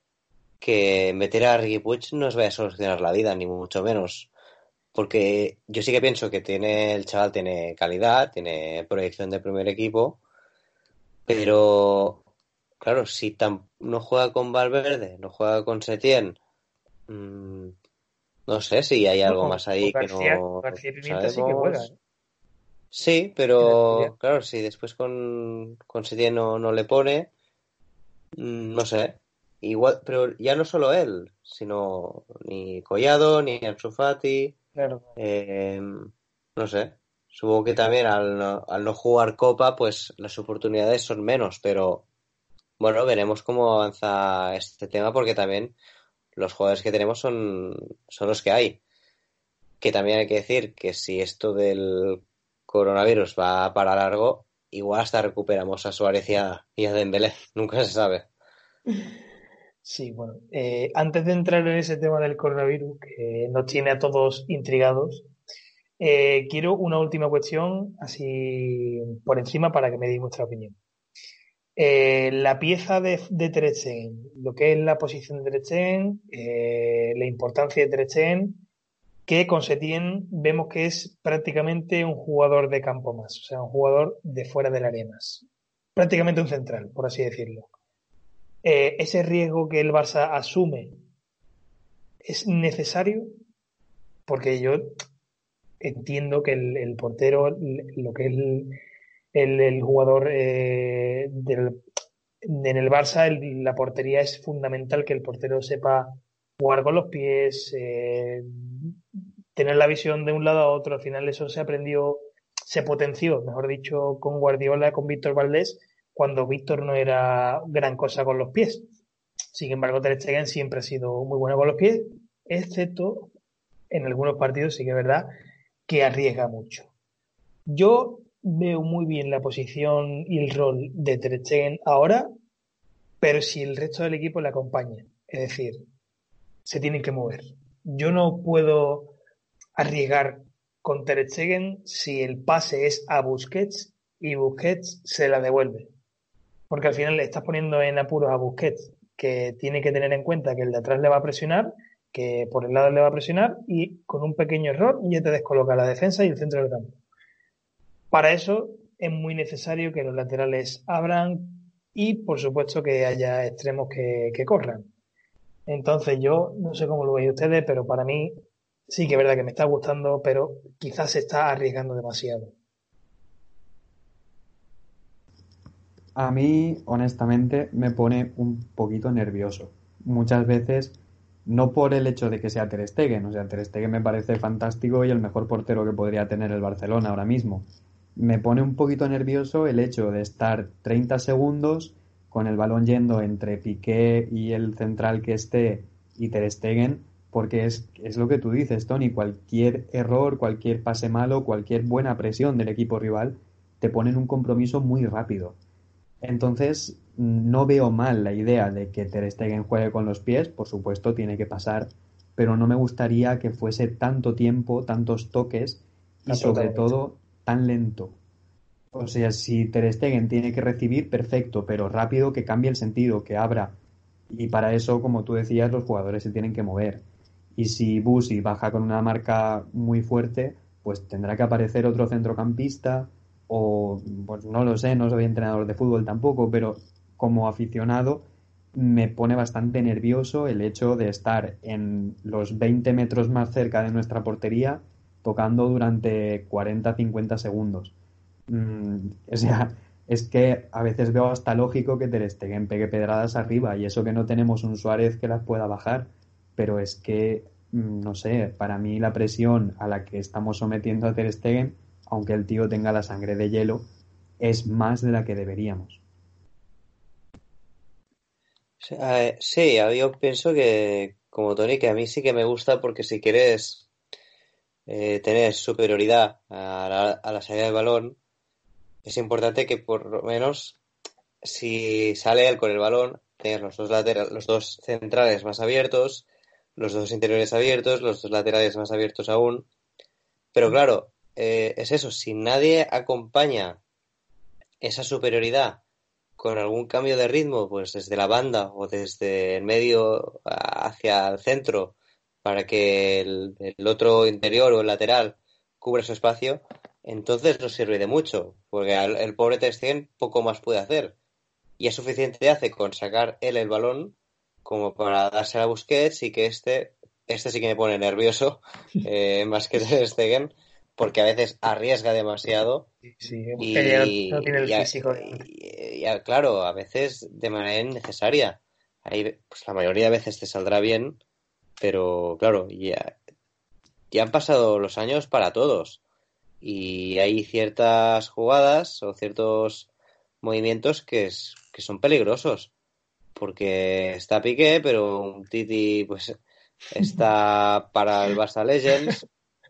[SPEAKER 5] que meter a Riqui Puig nos vaya a solucionar la vida, ni mucho menos. Porque yo sí que pienso que el chaval tiene calidad, tiene proyección de primer equipo, pero claro, si no juega con Valverde, no juega con Setién, mmm, no sé si hay
[SPEAKER 3] No,
[SPEAKER 5] algo
[SPEAKER 3] con,
[SPEAKER 5] más
[SPEAKER 3] con
[SPEAKER 5] ahí que
[SPEAKER 3] García,
[SPEAKER 5] no
[SPEAKER 3] García Pimienta sí que juega,
[SPEAKER 5] sabemos.
[SPEAKER 3] ¿eh?
[SPEAKER 5] Sí,
[SPEAKER 3] En el filial.
[SPEAKER 5] pero claro, si después con Setién no le pone, no sé. Igual, pero ya no solo él, sino ni Collado, ni Ansu Fati,
[SPEAKER 3] Claro.
[SPEAKER 5] no sé. Supongo que también al no jugar Copa, pues las oportunidades son menos, pero bueno, veremos cómo avanza este tema porque también los jugadores que tenemos son los que hay. Que también hay que decir que si esto del coronavirus va para largo, igual hasta recuperamos a Suárez y a Dembélé, nunca se sabe.
[SPEAKER 3] Sí, bueno, antes de entrar en ese tema del coronavirus, que nos tiene a todos intrigados, quiero una última cuestión, así por encima, para que me deis vuestra opinión. La pieza de Ter Stegen, lo que es la posición de Ter Stegen, la importancia de Ter Stegen, que con Setién vemos que es prácticamente un jugador de campo más, o sea, un jugador de fuera del área más. Prácticamente un central, por así decirlo. Ese riesgo que el Barça asume es necesario, porque yo entiendo que el portero, lo que es el jugador en el Barça, la portería es fundamental, que el portero sepa jugar con los pies, tener la visión de un lado a otro. Al final eso se aprendió, se potenció, mejor dicho, con Guardiola, con Víctor Valdés, cuando Víctor no era gran cosa con los pies. Sin embargo, Ter Stegen siempre ha sido muy bueno con los pies, excepto en algunos partidos, sí que es verdad, que arriesga mucho. Yo veo muy bien la posición y el rol de Ter Stegen ahora, pero si el resto del equipo le acompaña, es decir, se tienen que mover. Yo no puedo arriesgar con Ter Stegen si el pase es a Busquets y Busquets se la devuelve, porque al final le estás poniendo en apuros a Busquets, que tiene que tener en cuenta que el de atrás le va a presionar, que por el lado le va a presionar, y con un pequeño error ya te descoloca la defensa y el centro del campo. Para eso es muy necesario que los laterales abran y, por supuesto, que haya extremos que corran. Entonces yo no sé cómo lo veis ustedes, pero para mí sí que es verdad que me está gustando, pero quizás se está arriesgando demasiado.
[SPEAKER 4] A mí, honestamente, me pone un poquito nervioso. Muchas veces, no por el hecho de que sea Ter Stegen, o sea, Ter Stegen me parece fantástico y el mejor portero que podría tener el Barcelona ahora mismo. Me pone un poquito nervioso el hecho de estar 30 segundos con el balón yendo entre Piqué y el central que esté y Ter Stegen, porque es lo que tú dices, Tony, cualquier error, cualquier pase malo, cualquier buena presión del equipo rival te pone en un compromiso muy rápido. Entonces, no veo mal la idea de que Ter Stegen juegue con los pies, por supuesto, tiene que pasar, pero no me gustaría que fuese tanto tiempo, tantos toques y sobre todo tan lento. O sea, si Ter Stegen tiene que recibir, perfecto, pero rápido, que cambie el sentido, que abra. Y para eso, como tú decías, los jugadores se tienen que mover. Y si Busi baja con una marca muy fuerte, pues tendrá que aparecer otro centrocampista o, pues no lo sé, no soy entrenador de fútbol tampoco, pero como aficionado me pone bastante nervioso el hecho de estar en los 20 metros más cerca de nuestra portería tocando durante 40-50 segundos. O sea, es que a veces veo hasta lógico que Ter Stegen pegue pedradas arriba, y eso que no tenemos un Suárez que las pueda bajar, pero es que, no sé, para mí la presión a la que estamos sometiendo a Ter Stegen, aunque el tío tenga la sangre de hielo, es más de la que deberíamos.
[SPEAKER 5] Sí, yo pienso que, como Tony, que a mí sí que me gusta, porque si quieres tener superioridad a la salida del balón, es importante que por lo menos, si sale él con el balón, tener los dos centrales más abiertos, los dos interiores abiertos, los dos laterales más abiertos aún. Pero claro, es eso, si nadie acompaña esa superioridad con algún cambio de ritmo, pues desde la banda o desde el medio hacia el centro, para que el otro interior o el lateral cubra su espacio, entonces no sirve de mucho, porque el pobre Ter Stegen poco más puede hacer. Y es suficiente hace con sacar él el balón como para dársela a Busquets, y que este sí que me pone nervioso, más que Ter Stegen, porque a veces arriesga demasiado.
[SPEAKER 3] Sí,
[SPEAKER 5] Y,
[SPEAKER 3] no tiene el
[SPEAKER 5] y,
[SPEAKER 3] físico.
[SPEAKER 5] claro, a veces de manera innecesaria. Ahí, pues la mayoría de veces te saldrá bien, pero claro, ya han pasado los años para todos. Y hay ciertas jugadas o ciertos movimientos que son peligrosos. Porque está Piqué, pero un Titi pues está para el Barça Legends.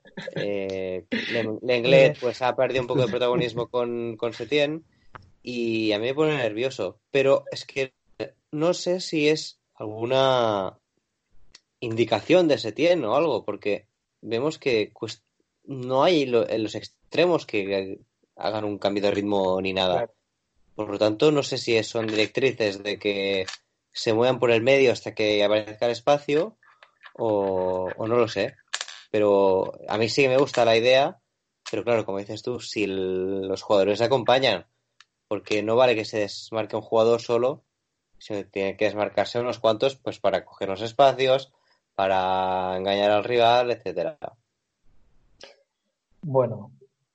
[SPEAKER 5] Lenglet pues ha perdido un poco de protagonismo con Setién y a mí me pone nervioso, pero es que no sé si es alguna indicación de Setién o algo, porque vemos que no hay en los extremos que hagan un cambio de ritmo ni nada.
[SPEAKER 3] Claro.
[SPEAKER 5] Por lo tanto, no sé si son directrices de que se muevan por el medio hasta que aparezca el espacio o no lo sé. Pero a mí sí que me gusta la idea, pero claro, como dices tú, si los jugadores se acompañan, porque no vale que se desmarque un jugador solo, sino que tiene que desmarcarse unos cuantos pues para coger los espacios, para engañar al rival, etcétera.
[SPEAKER 3] Bueno,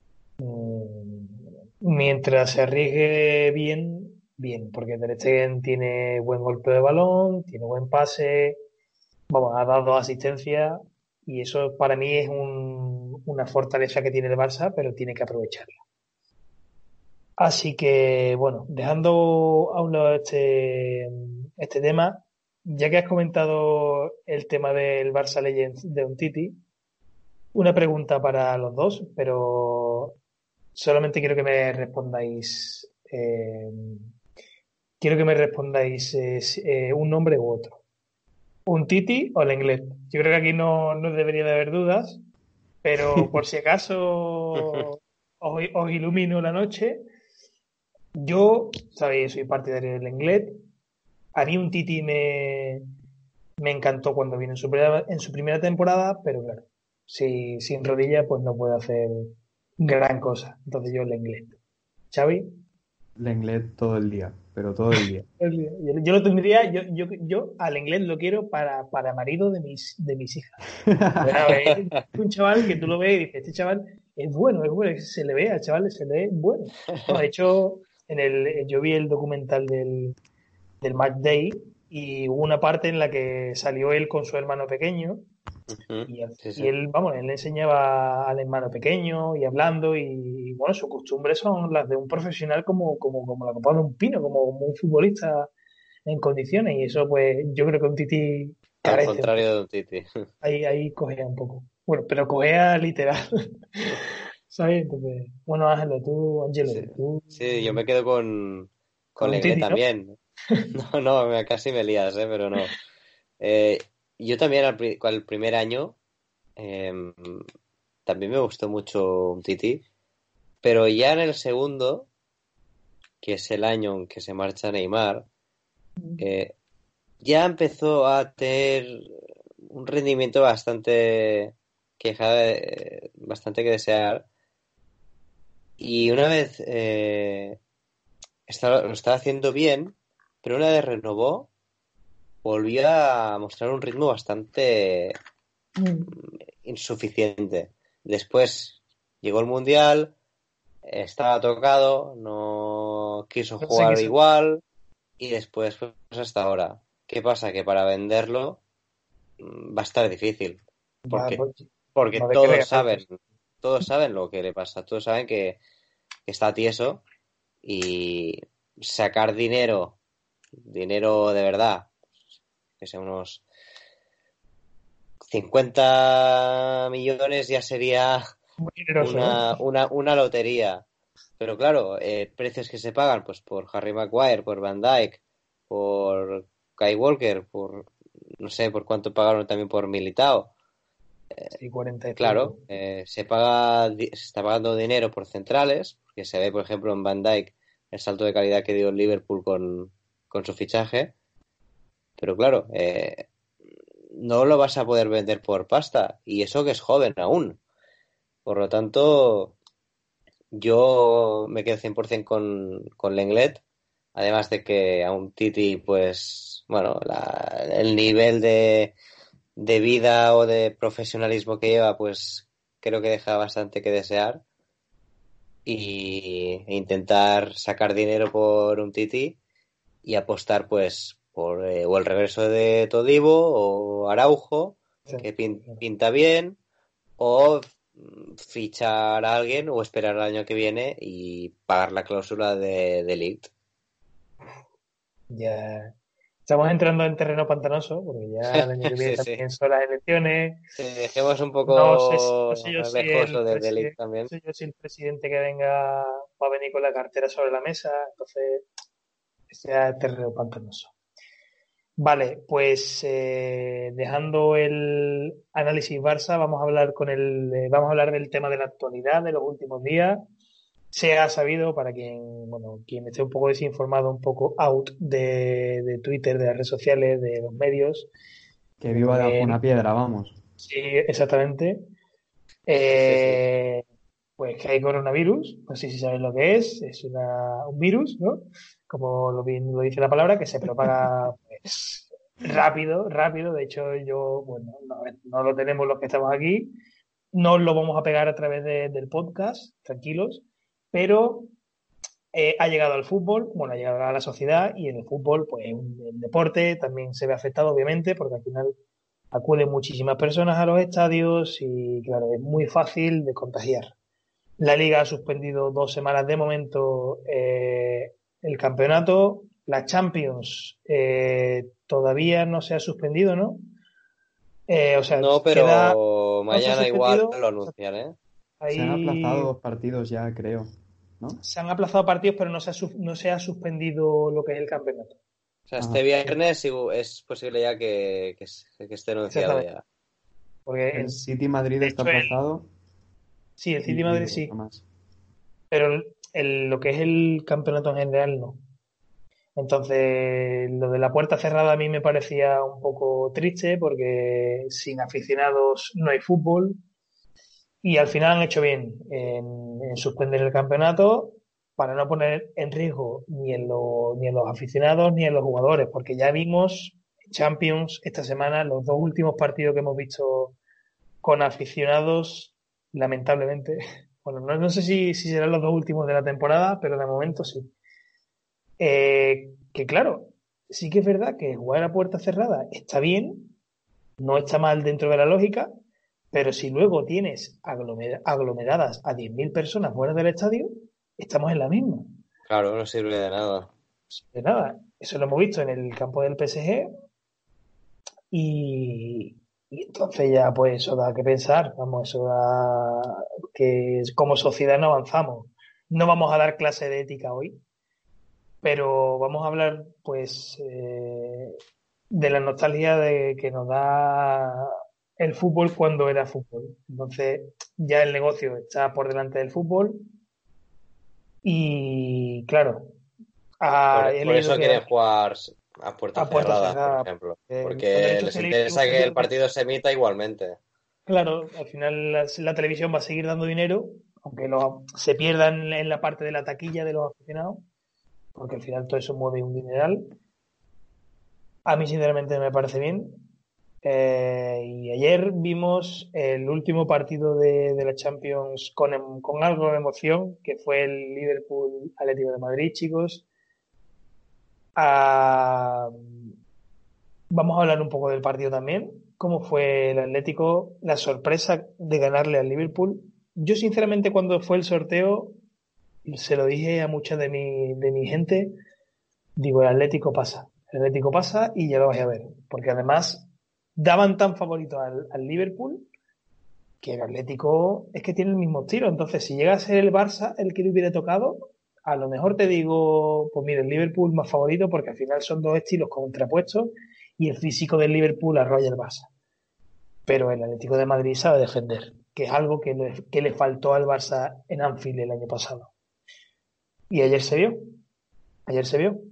[SPEAKER 3] mientras se arriesgue bien, bien, porque Ter Stegen tiene buen golpe de balón, tiene buen pase, vamos, ha dado asistencia y eso para mí es una fortaleza que tiene el Barça, pero tiene que aprovecharla. Así que, bueno, dejando a un lado este tema, ya que has comentado el tema del Barça Legends de Umtiti, una pregunta para los dos, pero solamente quiero que me respondáis. Quiero que me respondáis un nombre u otro. ¿Un Titi o Lenglet? Yo creo que aquí no debería de haber dudas, pero por si acaso os ilumino la noche. Yo, sabéis, soy partidario del Lenglet. A mí un Titi me encantó cuando vino en su primera temporada, pero claro, si sin rodilla pues no puede hacer gran cosa. Entonces yo Lenglet. ¿Xavi?
[SPEAKER 4] Lenglet todo el día, pero todo el día.
[SPEAKER 3] Yo lo tendría, yo al inglés lo quiero para marido de mis hijas. Bueno, es un chaval que tú lo ves y dices, este chaval es bueno, se le ve al chaval, se le ve bueno. No, de hecho, yo vi el documental del Match Day y hubo una parte en la que salió él con su hermano pequeño
[SPEAKER 5] Sí,
[SPEAKER 3] y
[SPEAKER 5] sí.
[SPEAKER 3] él, vamos, él le enseñaba al hermano pequeño y hablando y bueno, sus costumbres son las de un profesional como la copa de un pino, como un futbolista en condiciones y eso pues yo creo que un Titi
[SPEAKER 5] Al
[SPEAKER 3] carece un
[SPEAKER 5] contrario
[SPEAKER 3] poco.
[SPEAKER 5] de un Titi.
[SPEAKER 3] Ahí cogea un poco. Bueno, pero cogea literal. ¿Sabes? Entonces, bueno, Ángelo, tú, Angelo,
[SPEAKER 5] Sí,
[SPEAKER 3] tú
[SPEAKER 5] sí, yo me quedo con
[SPEAKER 3] con un
[SPEAKER 5] Lenglet
[SPEAKER 3] Titi, ¿no?
[SPEAKER 5] también. No, no, casi me lías, pero no. Eh, yo también con el primer año em, también me gustó mucho un Titi, pero ya en el segundo, que es el año en que se marcha Neymar, eh, ya empezó a tener un rendimiento bastante que desear. Y una vez lo estaba haciendo bien, pero una vez renovó, volvió a mostrar un ritmo bastante insuficiente. Después llegó el Mundial, estaba tocado, no quiso
[SPEAKER 3] No sé qué
[SPEAKER 5] jugar
[SPEAKER 3] se...
[SPEAKER 5] igual y después pues hasta ahora. ¿Qué pasa? Que para venderlo va a estar difícil.
[SPEAKER 3] Va,
[SPEAKER 5] Porque,
[SPEAKER 3] no,
[SPEAKER 5] porque
[SPEAKER 3] no de que regalarlo.
[SPEAKER 5] todos saben lo que le pasa, todos saben que está tieso y sacar dinero de verdad, que sea unos 50 millones ya sería
[SPEAKER 3] Muy generoso, ¿eh?
[SPEAKER 5] una lotería. Pero claro, precios que se pagan pues por Harry Maguire, por Van Dijk, por Kai Walker, por no sé por cuánto pagaron también por Militao.
[SPEAKER 3] Sí, 45.
[SPEAKER 5] Claro, se está pagando dinero por centrales, porque se ve, por ejemplo, en Van Dijk el salto de calidad que dio el Liverpool con su fichaje. Pero claro, no lo vas a poder vender por pasta, y eso que es joven aún. Por lo tanto, yo me quedo 100% con Lenglet, además de que a un Titi, pues, bueno, el nivel de vida o de profesionalismo que lleva, pues creo que deja bastante que desear. E intentar sacar dinero por un Titi y apostar, pues, por o el regreso de Todibo o Araujo,
[SPEAKER 3] Sí.
[SPEAKER 5] que pinta bien, o fichar a alguien o esperar el año que viene y pagar la cláusula de Ligt.
[SPEAKER 3] Ya. Estamos entrando en terreno pantanoso, porque ya el año que viene
[SPEAKER 5] Sí, sí.
[SPEAKER 3] también son las elecciones.
[SPEAKER 5] Sí, dejemos un
[SPEAKER 3] No sé, no
[SPEAKER 5] poco
[SPEAKER 3] sé yo si
[SPEAKER 5] lejos lo de Delic
[SPEAKER 3] no
[SPEAKER 5] también.
[SPEAKER 3] sé yo si el presidente que venga va a venir con la cartera sobre la mesa, entonces ya es terreno pantanoso. Vale, pues dejando el análisis Barça, vamos a hablar del tema de la actualidad de los últimos días. Se ha sabido, para quien esté un poco desinformado, un poco out de Twitter, de las redes sociales, de los medios,
[SPEAKER 4] Que viva debajo
[SPEAKER 3] eh,
[SPEAKER 4] una piedra, vamos.
[SPEAKER 3] sí, exactamente,
[SPEAKER 5] Sí, sí.
[SPEAKER 3] eh, pues que hay coronavirus, no sé si sabéis lo que es un virus, ¿no? Como bien lo dice la palabra, que se propaga pues, rápido, rápido. De hecho, bueno, no lo tenemos los que estamos aquí, no os lo vamos a pegar a través del podcast, tranquilos, pero ha llegado al fútbol, bueno, ha llegado a la sociedad y en el fútbol, pues el deporte también se ve afectado, obviamente, porque al final acuden muchísimas personas a los estadios y, claro, es muy fácil de contagiar. La Liga ha suspendido 2 semanas de momento el campeonato. La Champions todavía no se ha suspendido, ¿no? O sea,
[SPEAKER 5] No,
[SPEAKER 3] queda,
[SPEAKER 5] pero
[SPEAKER 3] no se ha
[SPEAKER 5] mañana igual
[SPEAKER 3] suspendido.
[SPEAKER 5] lo
[SPEAKER 3] O sea,
[SPEAKER 5] anuncian, ¿eh?
[SPEAKER 4] Se han aplazado
[SPEAKER 3] ahí
[SPEAKER 4] 2 partidos ya, creo, ¿no?
[SPEAKER 3] se han aplazado partidos, pero no se ha suspendido lo que es el campeonato.
[SPEAKER 5] O sea, este
[SPEAKER 4] Ajá.
[SPEAKER 5] viernes es posible ya que esté anunciado
[SPEAKER 3] Exactamente.
[SPEAKER 5] ya.
[SPEAKER 3] Porque,
[SPEAKER 4] El City Madrid
[SPEAKER 3] de
[SPEAKER 4] está
[SPEAKER 3] hecho,
[SPEAKER 4] aplazado
[SPEAKER 3] sí, el City
[SPEAKER 4] y
[SPEAKER 3] Madrid
[SPEAKER 4] otro
[SPEAKER 3] sí,
[SPEAKER 4] más.
[SPEAKER 3] pero lo que es el campeonato en general no. Entonces, lo de la puerta cerrada a mí me parecía un poco triste porque sin aficionados no hay fútbol y al final han hecho bien en suspender el campeonato para no poner en riesgo ni en los aficionados ni en los jugadores, porque ya vimos Champions esta semana, los 2 últimos partidos que hemos visto con aficionados, lamentablemente. Bueno, no sé si serán los 2 últimos de la temporada, pero de momento sí. Que claro, sí que es verdad que jugar a puerta cerrada está bien, no está mal dentro de la lógica, pero si luego tienes aglomeradas a 10.000 personas fuera del estadio, estamos en la misma.
[SPEAKER 5] Claro, no sirve de nada.
[SPEAKER 3] De nada, eso lo hemos visto en el campo del PSG y entonces ya pues eso da que pensar, vamos, eso da que como sociedad no avanzamos. No vamos a dar clase de ética hoy, pero vamos a hablar pues de la nostalgia de que nos da el fútbol cuando era fútbol. Entonces ya el negocio está por delante del fútbol y claro, he
[SPEAKER 5] Por
[SPEAKER 3] leído
[SPEAKER 5] eso
[SPEAKER 3] que
[SPEAKER 5] quieren jugar a puerta
[SPEAKER 3] a puerta
[SPEAKER 5] cerrada, por
[SPEAKER 3] cerrada,
[SPEAKER 5] ejemplo.
[SPEAKER 3] los
[SPEAKER 5] Porque
[SPEAKER 3] derechos
[SPEAKER 5] les interesa
[SPEAKER 3] televisivos
[SPEAKER 5] que el partido se emita igualmente.
[SPEAKER 3] claro, al final la televisión va a seguir dando dinero, aunque se pierdan en la parte de la taquilla de los aficionados, porque al final todo eso mueve un dineral. A mí, sinceramente, me parece bien. Y ayer vimos el último partido de la Champions con algo de emoción, que fue el Liverpool Atlético de Madrid, chicos. Ah, vamos a hablar un poco del partido también. ¿Cómo fue el Atlético? La sorpresa de ganarle al Liverpool. Yo, sinceramente, cuando fue el sorteo, se lo dije a mucha de mi gente, digo, el Atlético pasa. El Atlético pasa y ya lo vais a ver. Porque además daban tan favorito al Liverpool que el Atlético es que tiene el mismo estilo. Entonces, si llega a ser el Barça el que le hubiera tocado, a lo mejor te digo, pues mira, el Liverpool más favorito porque al final son dos estilos contrapuestos y el físico del Liverpool arrolla el Barça. Pero el Atlético de Madrid sabe defender, que es algo que le faltó al Barça en Anfield el año pasado. Y ayer se vio, ayer se vio.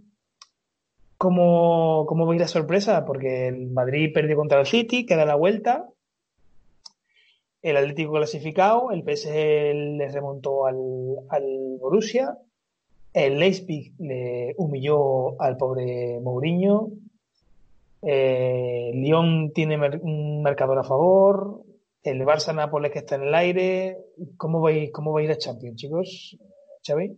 [SPEAKER 3] ¿Cómo veis la sorpresa? Porque el Madrid perdió contra el City, queda la vuelta, el Atlético clasificado, el PSG le remontó al Borussia, el Leipzig le humilló al pobre Mourinho, Lyon tiene un marcador a favor, el Barça-Nápoles que está en el aire. ¿Cómo veis la Champions, chicos? ¿Xavi?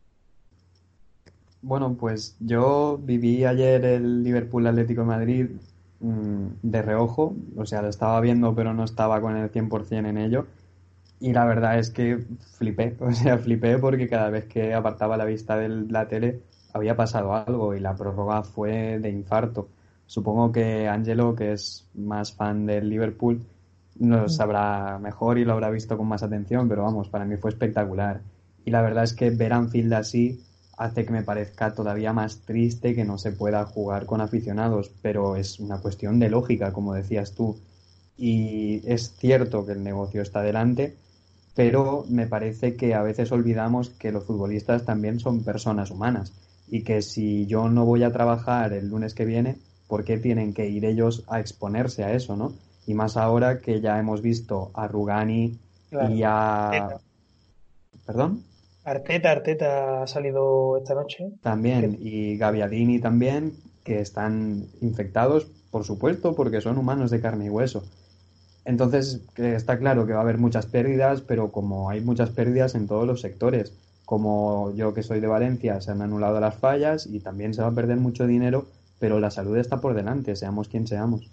[SPEAKER 4] Bueno, pues yo viví ayer el Liverpool Atlético de Madrid de reojo, o sea, lo estaba viendo pero no estaba con el 100% en ello y la verdad es que flipé, o sea, flipé porque cada vez que apartaba la vista de la tele había pasado algo y la prórroga fue de infarto. Supongo que Angelo, que es más fan del Liverpool, lo sabrá mejor y lo habrá visto con más atención, pero vamos, para mí fue espectacular. Y la verdad es que ver Anfield así hace que me parezca todavía más triste que no se pueda jugar con aficionados, pero es una cuestión de lógica, como decías tú. Y es cierto que el negocio está delante, pero me parece que a veces olvidamos que los futbolistas también son personas humanas y que si yo no voy a trabajar el lunes que viene, ¿por qué tienen que ir ellos a exponerse a eso, no? Y más ahora que ya hemos visto a Rugani
[SPEAKER 3] Claro.
[SPEAKER 4] y a... ¿Perdón?
[SPEAKER 3] Arteta ha salido esta noche.
[SPEAKER 4] También, y Gaviadini también, que están infectados, por supuesto, porque son humanos de carne y hueso. Entonces, está claro que va a haber muchas pérdidas, pero como hay muchas pérdidas en todos los sectores, como yo que soy de Valencia, se han anulado las fallas y también se va a perder mucho dinero, pero la salud está por delante, seamos quien seamos.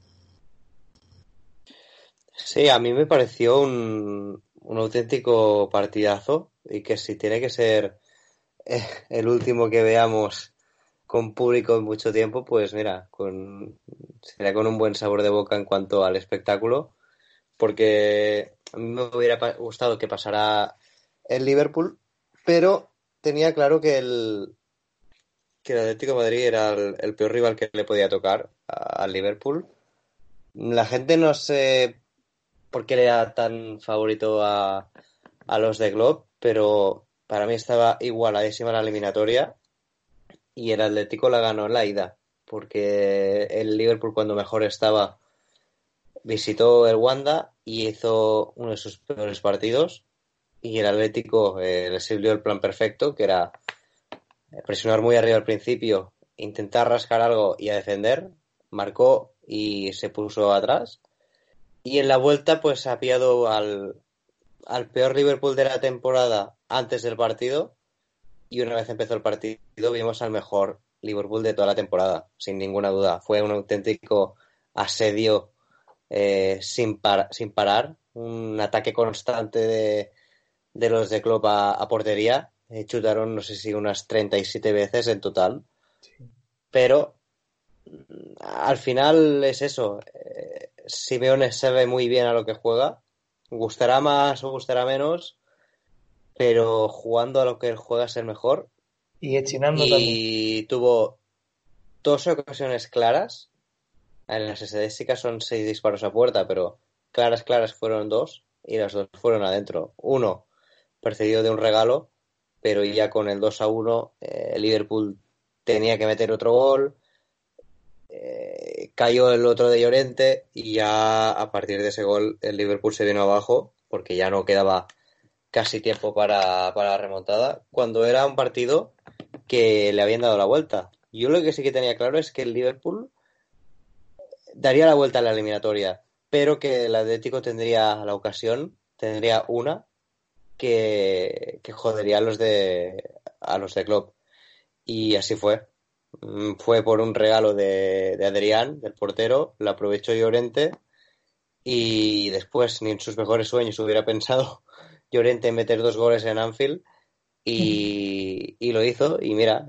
[SPEAKER 5] Sí, a mí me pareció un auténtico partidazo y que si tiene que ser el último que veamos con público en mucho tiempo, pues mira, sería con un buen sabor de boca en cuanto al espectáculo, porque a mí me hubiera gustado que pasara el Liverpool, pero tenía claro que el Atlético de Madrid era el peor rival que le podía tocar al Liverpool. La gente no sé por qué le era tan favorito a los de Klopp, pero para mí estaba igualadísima la eliminatoria y el Atlético la ganó en la ida, porque el Liverpool cuando mejor estaba visitó el Wanda y hizo uno de sus peores partidos y el Atlético le sirvió el plan perfecto, que era presionar muy arriba al principio, intentar rascar algo y a defender, marcó y se puso atrás. Y en la vuelta, pues ha pillado al peor Liverpool de la temporada antes del partido. Y una vez empezó el partido, vimos al mejor Liverpool de toda la temporada, sin ninguna duda. Fue un auténtico asedio sin parar, un ataque constante de los de Klopp a portería. Chutaron, no sé si unas 37 veces en total.
[SPEAKER 3] Sí.
[SPEAKER 5] Pero al final es eso. Simeone sabe muy bien a lo que juega. Gustará más o gustará menos, pero jugando a lo que él juega es el mejor.
[SPEAKER 3] Y estirando también.
[SPEAKER 5] Y tuvo 2 ocasiones claras. En las estadísticas son 6 disparos a puerta, pero claras fueron 2 y las 2 fueron adentro. Uno precedido de un regalo, pero ya con el 2-1 Liverpool tenía que meter otro gol. Cayó el otro de Llorente y ya a partir de ese gol el Liverpool se vino abajo porque ya no quedaba casi tiempo para la remontada, cuando era un partido que le habían dado la vuelta. Yo lo que sí que tenía claro es que el Liverpool daría la vuelta a la eliminatoria, pero que el Atlético tendría la ocasión, tendría una que jodería a los de Klopp. Y así fue. Fue por un regalo de Adrián, del portero, lo aprovechó Llorente y después ni en sus mejores sueños hubiera pensado Llorente en meter 2 goles en Anfield y lo hizo. Y mira,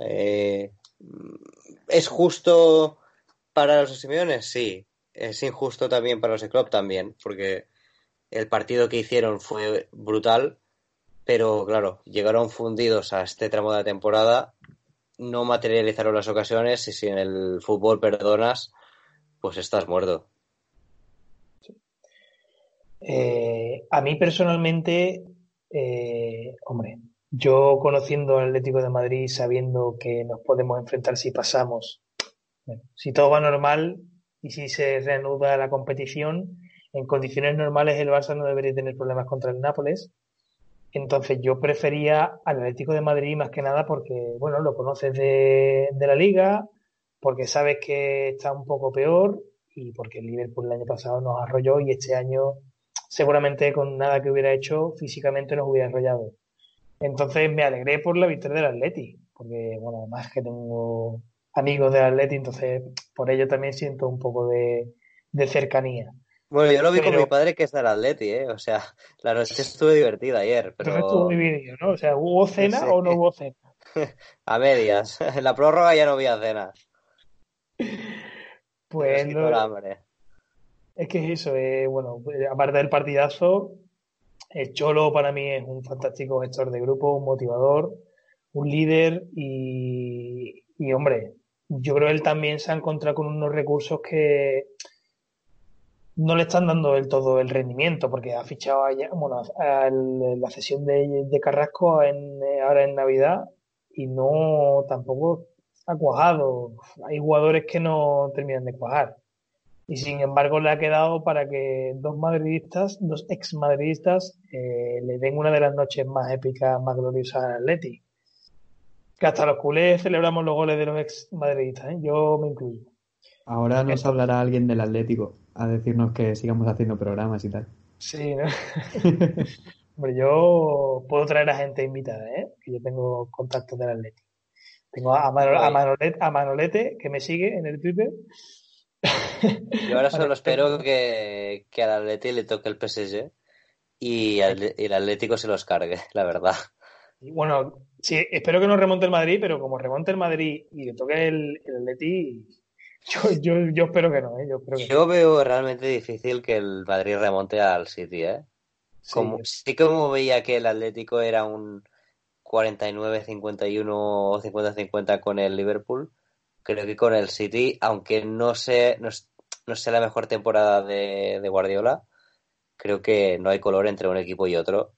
[SPEAKER 5] ¿es justo para los Simeone? Sí. Es injusto también para los de Klopp también, porque el partido que hicieron fue brutal, pero claro, llegaron fundidos a este tramo de la temporada, no materializaron las ocasiones y si en el fútbol perdonas, pues estás muerto.
[SPEAKER 3] A mí personalmente, hombre, yo conociendo al Atlético de Madrid, sabiendo que nos podemos enfrentar si pasamos, bueno, si todo va normal y si se reanuda la competición, en condiciones normales el Barça no debería tener problemas contra el Nápoles. Entonces yo prefería al Atlético de Madrid más que nada porque, bueno, lo conoces de la liga, porque sabes que está un poco peor y porque el Liverpool el año pasado nos arrolló y este año seguramente con nada que hubiera hecho físicamente nos hubiera arrollado. Entonces me alegré por la victoria del Atleti, porque, bueno, además que tengo amigos del Atleti, entonces por ello también siento un poco de cercanía.
[SPEAKER 5] Bueno, yo lo vi con mi
[SPEAKER 3] Pero
[SPEAKER 5] padre que es del Atleti, ¿eh? O sea, la noche estuvo divertida ayer,
[SPEAKER 3] entonces estuvo
[SPEAKER 5] pero
[SPEAKER 3] dividido, ¿no? O sea, ¿hubo cena
[SPEAKER 5] sí.
[SPEAKER 3] o no hubo cena?
[SPEAKER 5] A medias. En la prórroga ya no había cena.
[SPEAKER 3] Pues
[SPEAKER 5] Nos quitó el hambre.
[SPEAKER 3] es que es eso, bueno, aparte del partidazo, el Cholo para mí es un fantástico gestor de grupo, un motivador, un líder y hombre, yo creo que él también se ha encontrado con unos recursos que no le están dando del todo el rendimiento, porque ha fichado bueno, la cesión de Carrasco ahora en Navidad y no tampoco ha cuajado. Hay jugadores que no terminan de cuajar. Y sin embargo le ha quedado para que dos ex madridistas, le den una de las noches más épicas, más gloriosas al Atleti. Que hasta los culés celebramos los goles de los ex madridistas, ¿eh? Yo me incluyo.
[SPEAKER 4] Ahora nos hablará alguien del Atlético a decirnos que sigamos haciendo programas y tal.
[SPEAKER 3] Sí, ¿no? Hombre, yo puedo traer a gente invitada, ¿eh? Que yo tengo contactos del Atleti. Tengo a Manolete, que me sigue en el Twitter.
[SPEAKER 5] Yo ahora solo espero que al Atleti le toque el PSG y el Atlético se los cargue, la verdad.
[SPEAKER 3] Y bueno, sí, espero que no remonte el Madrid, pero como remonte el Madrid y le toque el Atleti, yo espero que no, ¿eh?
[SPEAKER 5] Yo veo realmente difícil que el Madrid remonte al City, ¿eh? Como veía que el Atlético era un 49-51 o 50-50 con el Liverpool, creo que con el City, aunque no sea la mejor temporada de Guardiola, creo que no hay color entre un equipo y otro.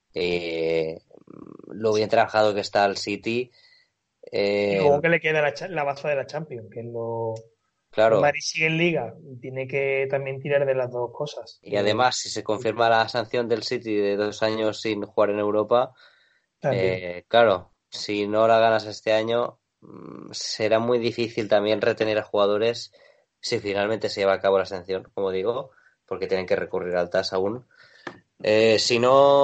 [SPEAKER 5] Lo bien trabajado que está el City.
[SPEAKER 3] Y luego que le queda la baza de la Champions, que es lo...
[SPEAKER 5] Claro.
[SPEAKER 3] El Madrid sigue en Liga y tiene que también tirar de las dos cosas.
[SPEAKER 5] Y además, si se confirma la sanción del City de 2 años sin jugar en Europa, claro, si no la ganas este año, será muy difícil también retener a jugadores si finalmente se lleva a cabo la sanción, como digo, porque tienen que recurrir al TAS aún. Si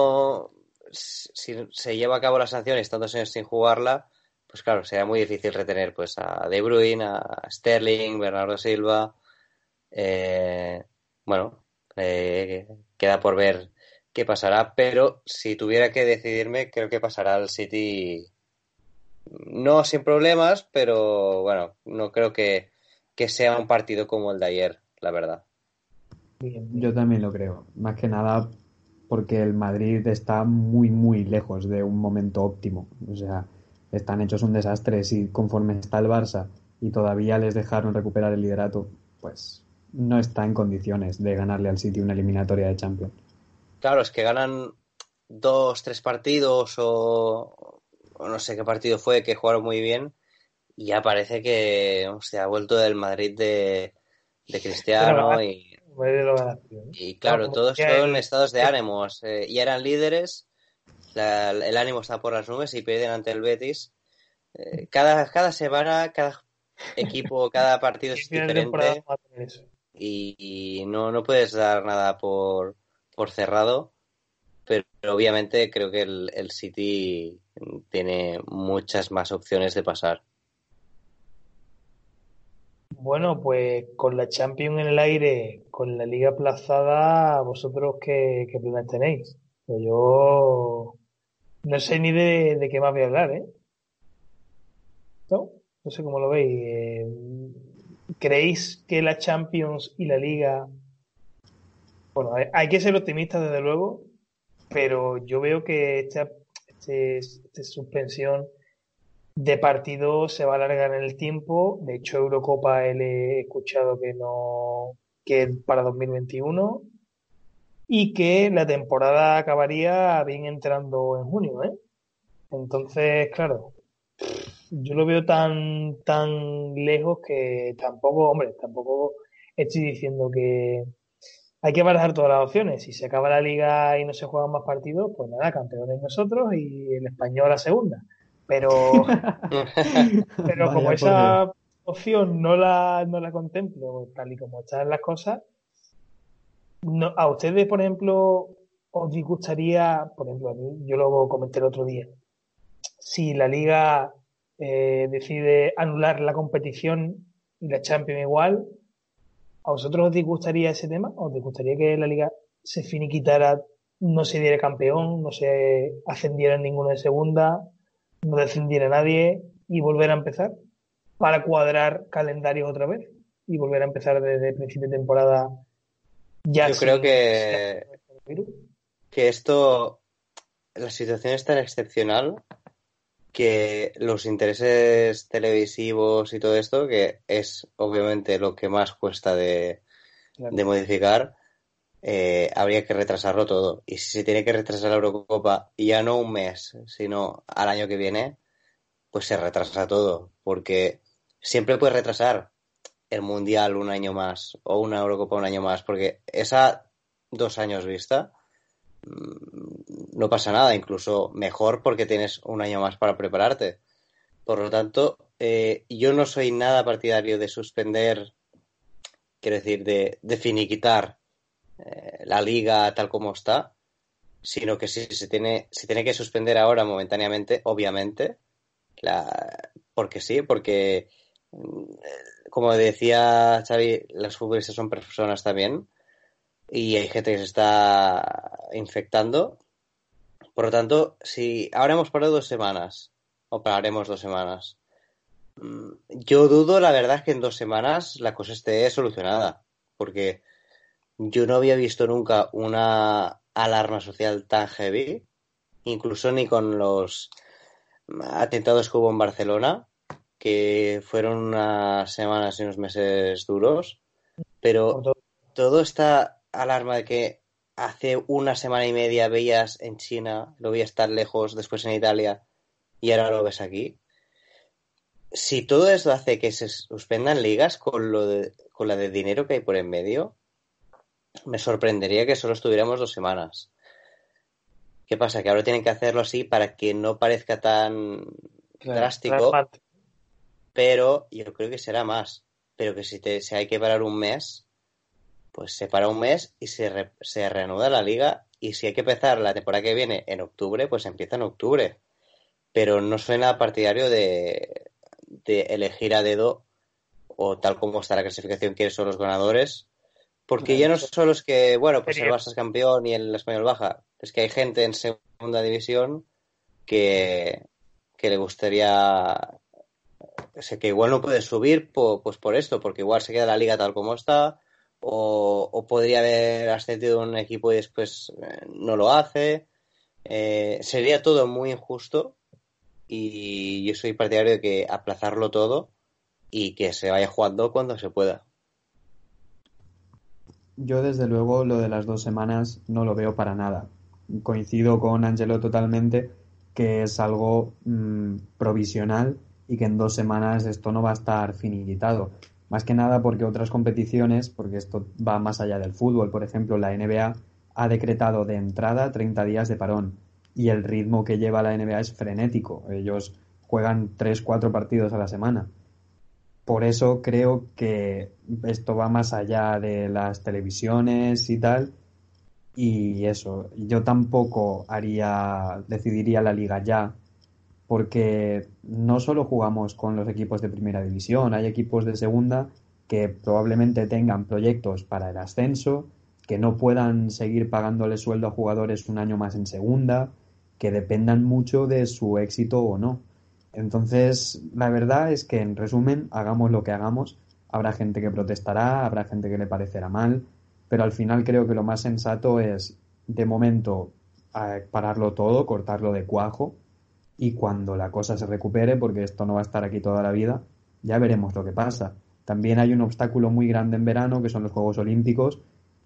[SPEAKER 5] se lleva a cabo la sanción y están 2 años sin jugarla, pues claro, será muy difícil retener pues a De Bruyne, a Sterling, Bernardo Silva. Bueno, queda por ver qué pasará, pero si tuviera que decidirme, creo que pasará al City, no sin problemas, pero bueno, no creo que sea un partido como el de ayer, la verdad.
[SPEAKER 4] Yo también lo creo, más que nada porque el Madrid está muy, muy lejos de un momento óptimo. O sea, están hechos un desastre. Si conforme está el Barça y todavía les dejaron recuperar el liderato, pues no está en condiciones de ganarle al City una eliminatoria de Champions.
[SPEAKER 5] Claro, es que ganan 2-3 partidos o no sé qué partido fue, que jugaron muy bien y ya parece que se ha vuelto el Madrid de Cristiano y claro, todos son estados de ánimos. Ya eran líderes, el ánimo está por las nubes y pierden ante el Betis. Cada semana, cada equipo, cada partido es diferente y no puedes dar nada por cerrado, pero obviamente creo que el City tiene muchas más opciones de pasar.
[SPEAKER 3] Bueno, pues con la Champions en el aire, con la Liga aplazada, ¿vosotros qué planes tenéis? Pues yo no sé ni de qué más voy a hablar, ¿eh? No sé cómo lo veis. ¿Creéis que la Champions y la Liga... Bueno, hay que ser optimistas desde luego, pero yo veo que esta suspensión de partido se va a alargar en el tiempo. De hecho, Eurocopa he escuchado que es para 2021 y que la temporada acabaría bien entrando en junio, ¿eh? Entonces, claro, yo lo veo tan lejos que tampoco estoy diciendo que hay que barajar todas las opciones. Si se acaba la liga y no se juegan más partidos, pues nada, campeones nosotros y el Español a segunda. Pero como esa opción no la contemplo tal y como están las cosas, ¿a ustedes, por ejemplo, os disgustaría, por ejemplo, a mí, yo lo comenté el otro día, si la Liga decide anular la competición y la Champions igual, ¿a vosotros os disgustaría ese tema? ¿Os disgustaría que la Liga se finiquitara, no se diera campeón, no se ascendiera en ninguno de segunda? no descendiera nadie y volver a empezar para cuadrar calendarios otra vez y volver a empezar desde principio de temporada ya
[SPEAKER 5] Yo creo
[SPEAKER 3] sin virus.
[SPEAKER 5] que esto, la situación es tan excepcional que los intereses televisivos y todo esto, que es obviamente lo que más cuesta de
[SPEAKER 3] Claro.
[SPEAKER 5] modificar, habría que retrasarlo todo. Y si se tiene que retrasar la Eurocopa, y ya no un mes, sino al año que viene, pues se retrasa todo. Porque siempre puedes retrasar el Mundial un año más o una Eurocopa un año más, porque esa 2 años vista no pasa nada, incluso mejor porque tienes un año más para prepararte. Por lo tanto, yo no soy nada partidario de suspender, quiero decir, de finiquitar la liga tal como está, sino que si se tiene que suspender ahora momentáneamente, obviamente, porque sí, porque como decía Xavi, los futbolistas son personas también y hay gente que se está infectando. Por lo tanto, si ahora hemos parado 2 semanas, o pararemos 2 semanas, yo dudo, la verdad, que en 2 semanas la cosa esté solucionada, porque yo no había visto nunca una alarma social tan heavy, incluso ni con los atentados que hubo en Barcelona, que fueron unas semanas y unos meses duros,
[SPEAKER 3] Por
[SPEAKER 5] pero
[SPEAKER 3] todo.
[SPEAKER 5] toda esta alarma de que hace una semana y media veías en China, lo veías tan lejos, después en Italia, y ahora lo ves aquí. Si todo esto hace que se suspendan ligas con la de dinero que hay por en medio, me sorprendería que solo estuviéramos 2 semanas. ¿Qué pasa? Que ahora tienen que hacerlo así para que no parezca tan
[SPEAKER 3] Claro,
[SPEAKER 5] drástico, pero yo creo que será más. Pero que si hay que parar un mes, pues se para un mes y se reanuda la liga. Y si hay que empezar la temporada que viene en octubre, pues empieza en octubre. Pero no soy nada partidario de elegir a dedo o tal como está la clasificación, quiénes son los ganadores. Porque ya
[SPEAKER 3] claro,
[SPEAKER 5] no solo es que, bueno, pues el
[SPEAKER 3] sería
[SPEAKER 5] Barça es campeón y el Español baja. Es que hay gente en segunda división que, que le gustaría, o sea, que igual no puede subir pues por esto, porque igual se queda la liga tal como está, o podría haber ascendido un equipo y después no lo hace. Sería todo muy injusto y yo soy partidario de que aplazarlo todo y que se vaya jugando cuando se pueda.
[SPEAKER 4] Yo desde luego lo de las 2 semanas no lo veo para nada. Coincido con Angelo totalmente que es algo provisional y que en 2 semanas esto no va a estar finiquitado. Más que nada porque otras competiciones, porque esto va más allá del fútbol, por ejemplo, la NBA ha decretado de entrada 30 días de parón y el ritmo que lleva la NBA es frenético. Ellos juegan 3 4 partidos a la semana. Por eso creo que esto va más allá de las televisiones y tal. Y eso, yo tampoco decidiría la liga ya, porque no solo jugamos con los equipos de primera división, hay equipos de segunda que probablemente tengan proyectos para el ascenso, que no puedan seguir pagándole sueldo a jugadores un año más en segunda, que dependan mucho de su éxito o no. Entonces, la verdad es que en resumen, hagamos lo que hagamos, habrá gente que protestará, habrá gente que le parecerá mal, pero al final creo que lo más sensato es, de momento, pararlo todo, cortarlo de cuajo y cuando la cosa se recupere, porque esto no va a estar aquí toda la vida, ya veremos lo que pasa. También hay un obstáculo muy grande en verano, que son los Juegos Olímpicos,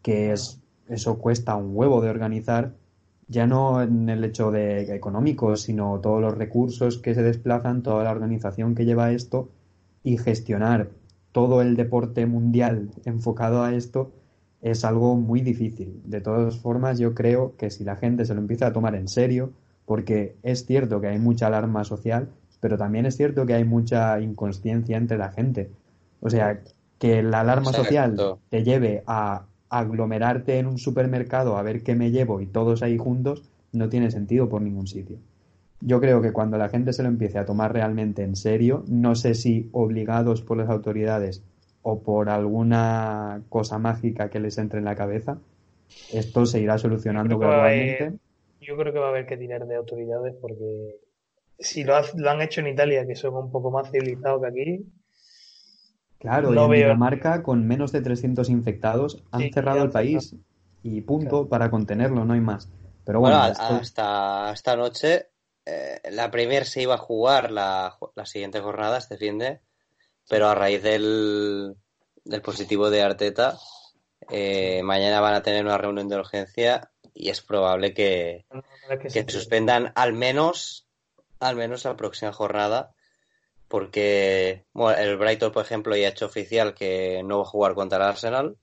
[SPEAKER 4] eso cuesta un huevo de organizar, ya no en el hecho de económico, sino todos los recursos que se desplazan, toda la organización que lleva esto y gestionar todo el deporte mundial enfocado a esto es algo muy difícil. De todas formas, yo creo que si la gente se lo empieza a tomar en serio, porque es cierto que hay mucha alarma social, pero también es cierto que hay mucha inconsciencia entre la gente. O sea, que la alarma social
[SPEAKER 5] Exacto.
[SPEAKER 4] te lleve a aglomerarte en un supermercado a ver qué me llevo y todos ahí juntos, no tiene sentido por ningún sitio. Yo creo que cuando la gente se lo empiece a tomar realmente en serio, no sé si obligados por las autoridades o por alguna cosa mágica que les entre en la cabeza, esto se irá
[SPEAKER 3] Yo
[SPEAKER 4] solucionando
[SPEAKER 3] creo que va a haber,
[SPEAKER 4] gradualmente.
[SPEAKER 3] yo creo que va a haber que tirar de autoridades porque si lo han hecho en Italia, que son un poco más civilizados que aquí,
[SPEAKER 4] Claro, y
[SPEAKER 3] no
[SPEAKER 4] en
[SPEAKER 3] veo.
[SPEAKER 4] Dinamarca, con menos de 300 infectados, han
[SPEAKER 3] Sí,
[SPEAKER 4] cerrado
[SPEAKER 3] ya
[SPEAKER 4] el
[SPEAKER 3] está.
[SPEAKER 4] país y punto
[SPEAKER 3] Claro.
[SPEAKER 4] para contenerlo, no hay más. Pero
[SPEAKER 5] Bueno,
[SPEAKER 4] bueno, esto,
[SPEAKER 5] hasta esta noche, la Premier se iba a jugar la siguiente jornada, este finde, pero a raíz del positivo de Arteta, mañana van a tener una reunión de urgencia y es probable que
[SPEAKER 3] No, no es que se
[SPEAKER 5] suspendan al menos la próxima jornada, porque bueno, el Brighton, por ejemplo, ya ha hecho oficial que no va a jugar contra el Arsenal.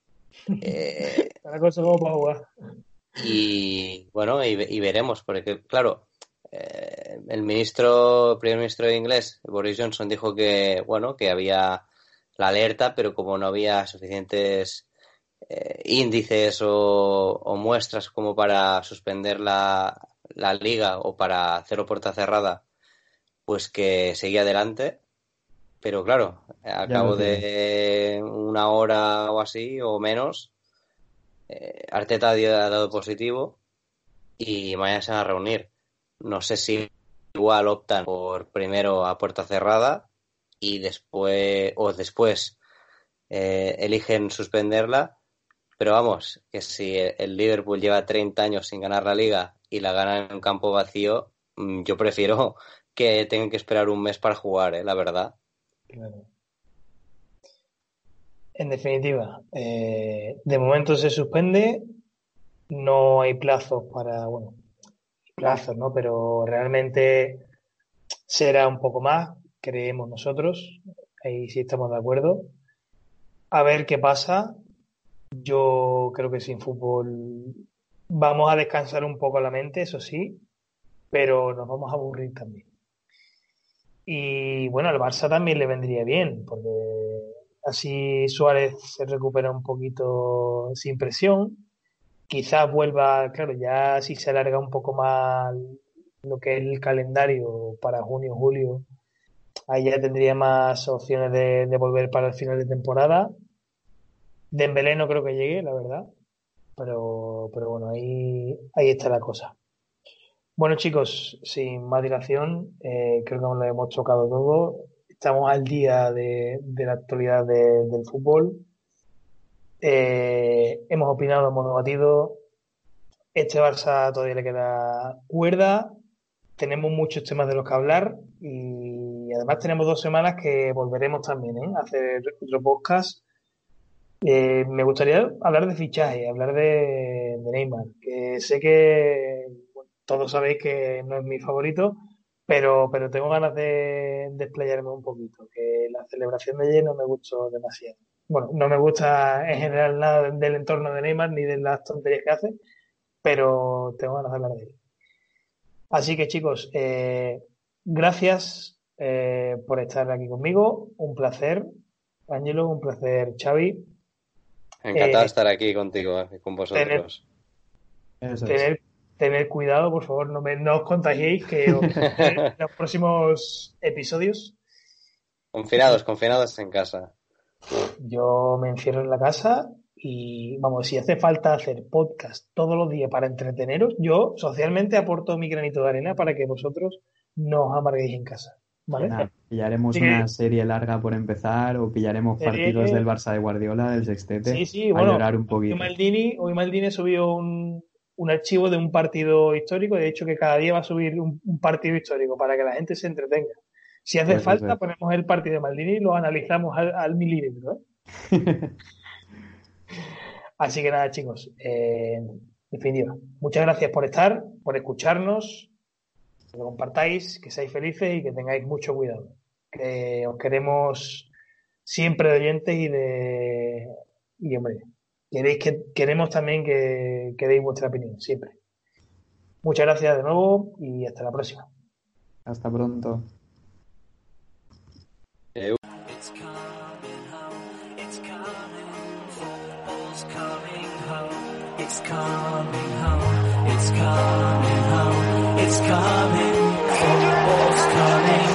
[SPEAKER 3] la cosa como para jugar.
[SPEAKER 5] Y bueno, y veremos, porque claro, el primer ministro inglés, Boris Johnson, dijo que bueno, que había la alerta, pero como no había suficientes índices o muestras como para suspender la liga o para hacerlo puerta cerrada, pues que seguía adelante. Pero claro, a
[SPEAKER 4] ya lo
[SPEAKER 5] cabo
[SPEAKER 4] tienes.
[SPEAKER 5] de una hora o así, o menos, Arteta ha dado positivo y mañana se van a reunir. No sé si igual optan por primero a puerta cerrada y después eligen suspenderla, pero vamos, que si el Liverpool lleva 30 años sin ganar la liga y la gana en un campo vacío, yo prefiero que tengan que esperar un mes para jugar, la verdad.
[SPEAKER 3] Claro. En definitiva, de momento se suspende, no hay plazos para, bueno, plazos, ¿no? Pero realmente será un poco más, creemos nosotros, ahí sí estamos de acuerdo. A ver qué pasa. Yo creo que sin fútbol vamos a descansar un poco la mente, eso sí, pero nos vamos a aburrir también. Y bueno, al Barça también le vendría bien, porque así Suárez se recupera un poquito sin presión. Quizás vuelva, claro, ya si se alarga un poco más lo que es el calendario para junio, julio, ahí ya tendría más opciones de volver para el final de temporada. Dembélé no creo que llegue, la verdad, pero bueno, ahí está la cosa. Bueno, chicos, sin más dilación, creo que nos lo hemos tocado todo. Estamos al día de la actualidad del fútbol. Hemos opinado, hemos debatido. Este Barça todavía le queda cuerda. Tenemos muchos temas de los que hablar y además tenemos 2 semanas que volveremos también a hacer otro podcast. Me gustaría hablar de fichaje, hablar de Neymar, que sé que bueno, todos sabéis que no es mi favorito, pero tengo ganas de explayarme un poquito, que la celebración de ayer no me gustó demasiado. Bueno, no me gusta en general nada del entorno de Neymar ni de las tonterías que hace, pero tengo ganas de hablar de él. Así que chicos, gracias por estar aquí conmigo, un placer, Ángelo, un placer, Xavi.
[SPEAKER 5] Encantado de estar aquí contigo, con
[SPEAKER 3] Tener,
[SPEAKER 5] vosotros.
[SPEAKER 4] Eso es.
[SPEAKER 3] tener cuidado, por favor, no os contagiéis, que en los próximos episodios
[SPEAKER 5] Confinados en casa.
[SPEAKER 3] yo me encierro en la casa y vamos, si hace falta hacer podcast todos los días para entreteneros, yo socialmente aporto mi granito de arena para que vosotros no os amarguéis en casa, ¿vale?
[SPEAKER 4] Nada, pillaremos
[SPEAKER 3] Así que-
[SPEAKER 4] una serie larga por empezar o pillaremos
[SPEAKER 3] Serie-
[SPEAKER 4] partidos del Barça de Guardiola, del sextete,
[SPEAKER 3] Sí,
[SPEAKER 4] a
[SPEAKER 3] bueno,
[SPEAKER 4] llorar un poquito.
[SPEAKER 3] Hoy Maldini subió un archivo de un partido histórico, de hecho que cada día va a subir un partido histórico para que la gente se entretenga. Si hace
[SPEAKER 4] Pues
[SPEAKER 3] falta,
[SPEAKER 4] eso.
[SPEAKER 3] ponemos el partido de Maldini y lo analizamos al milímetro, ¿eh? Así que nada, chicos, en definitiva, muchas gracias por estar, por escucharnos, que lo compartáis, que seáis felices y que tengáis mucho cuidado. Que os queremos siempre de oyentes y hombre, queremos también que deis vuestra opinión, siempre. Muchas gracias de nuevo y hasta la próxima.
[SPEAKER 4] Hasta pronto.
[SPEAKER 6] It's coming home, it's coming, football's coming home, it's coming home, it's coming home, it's coming, football's coming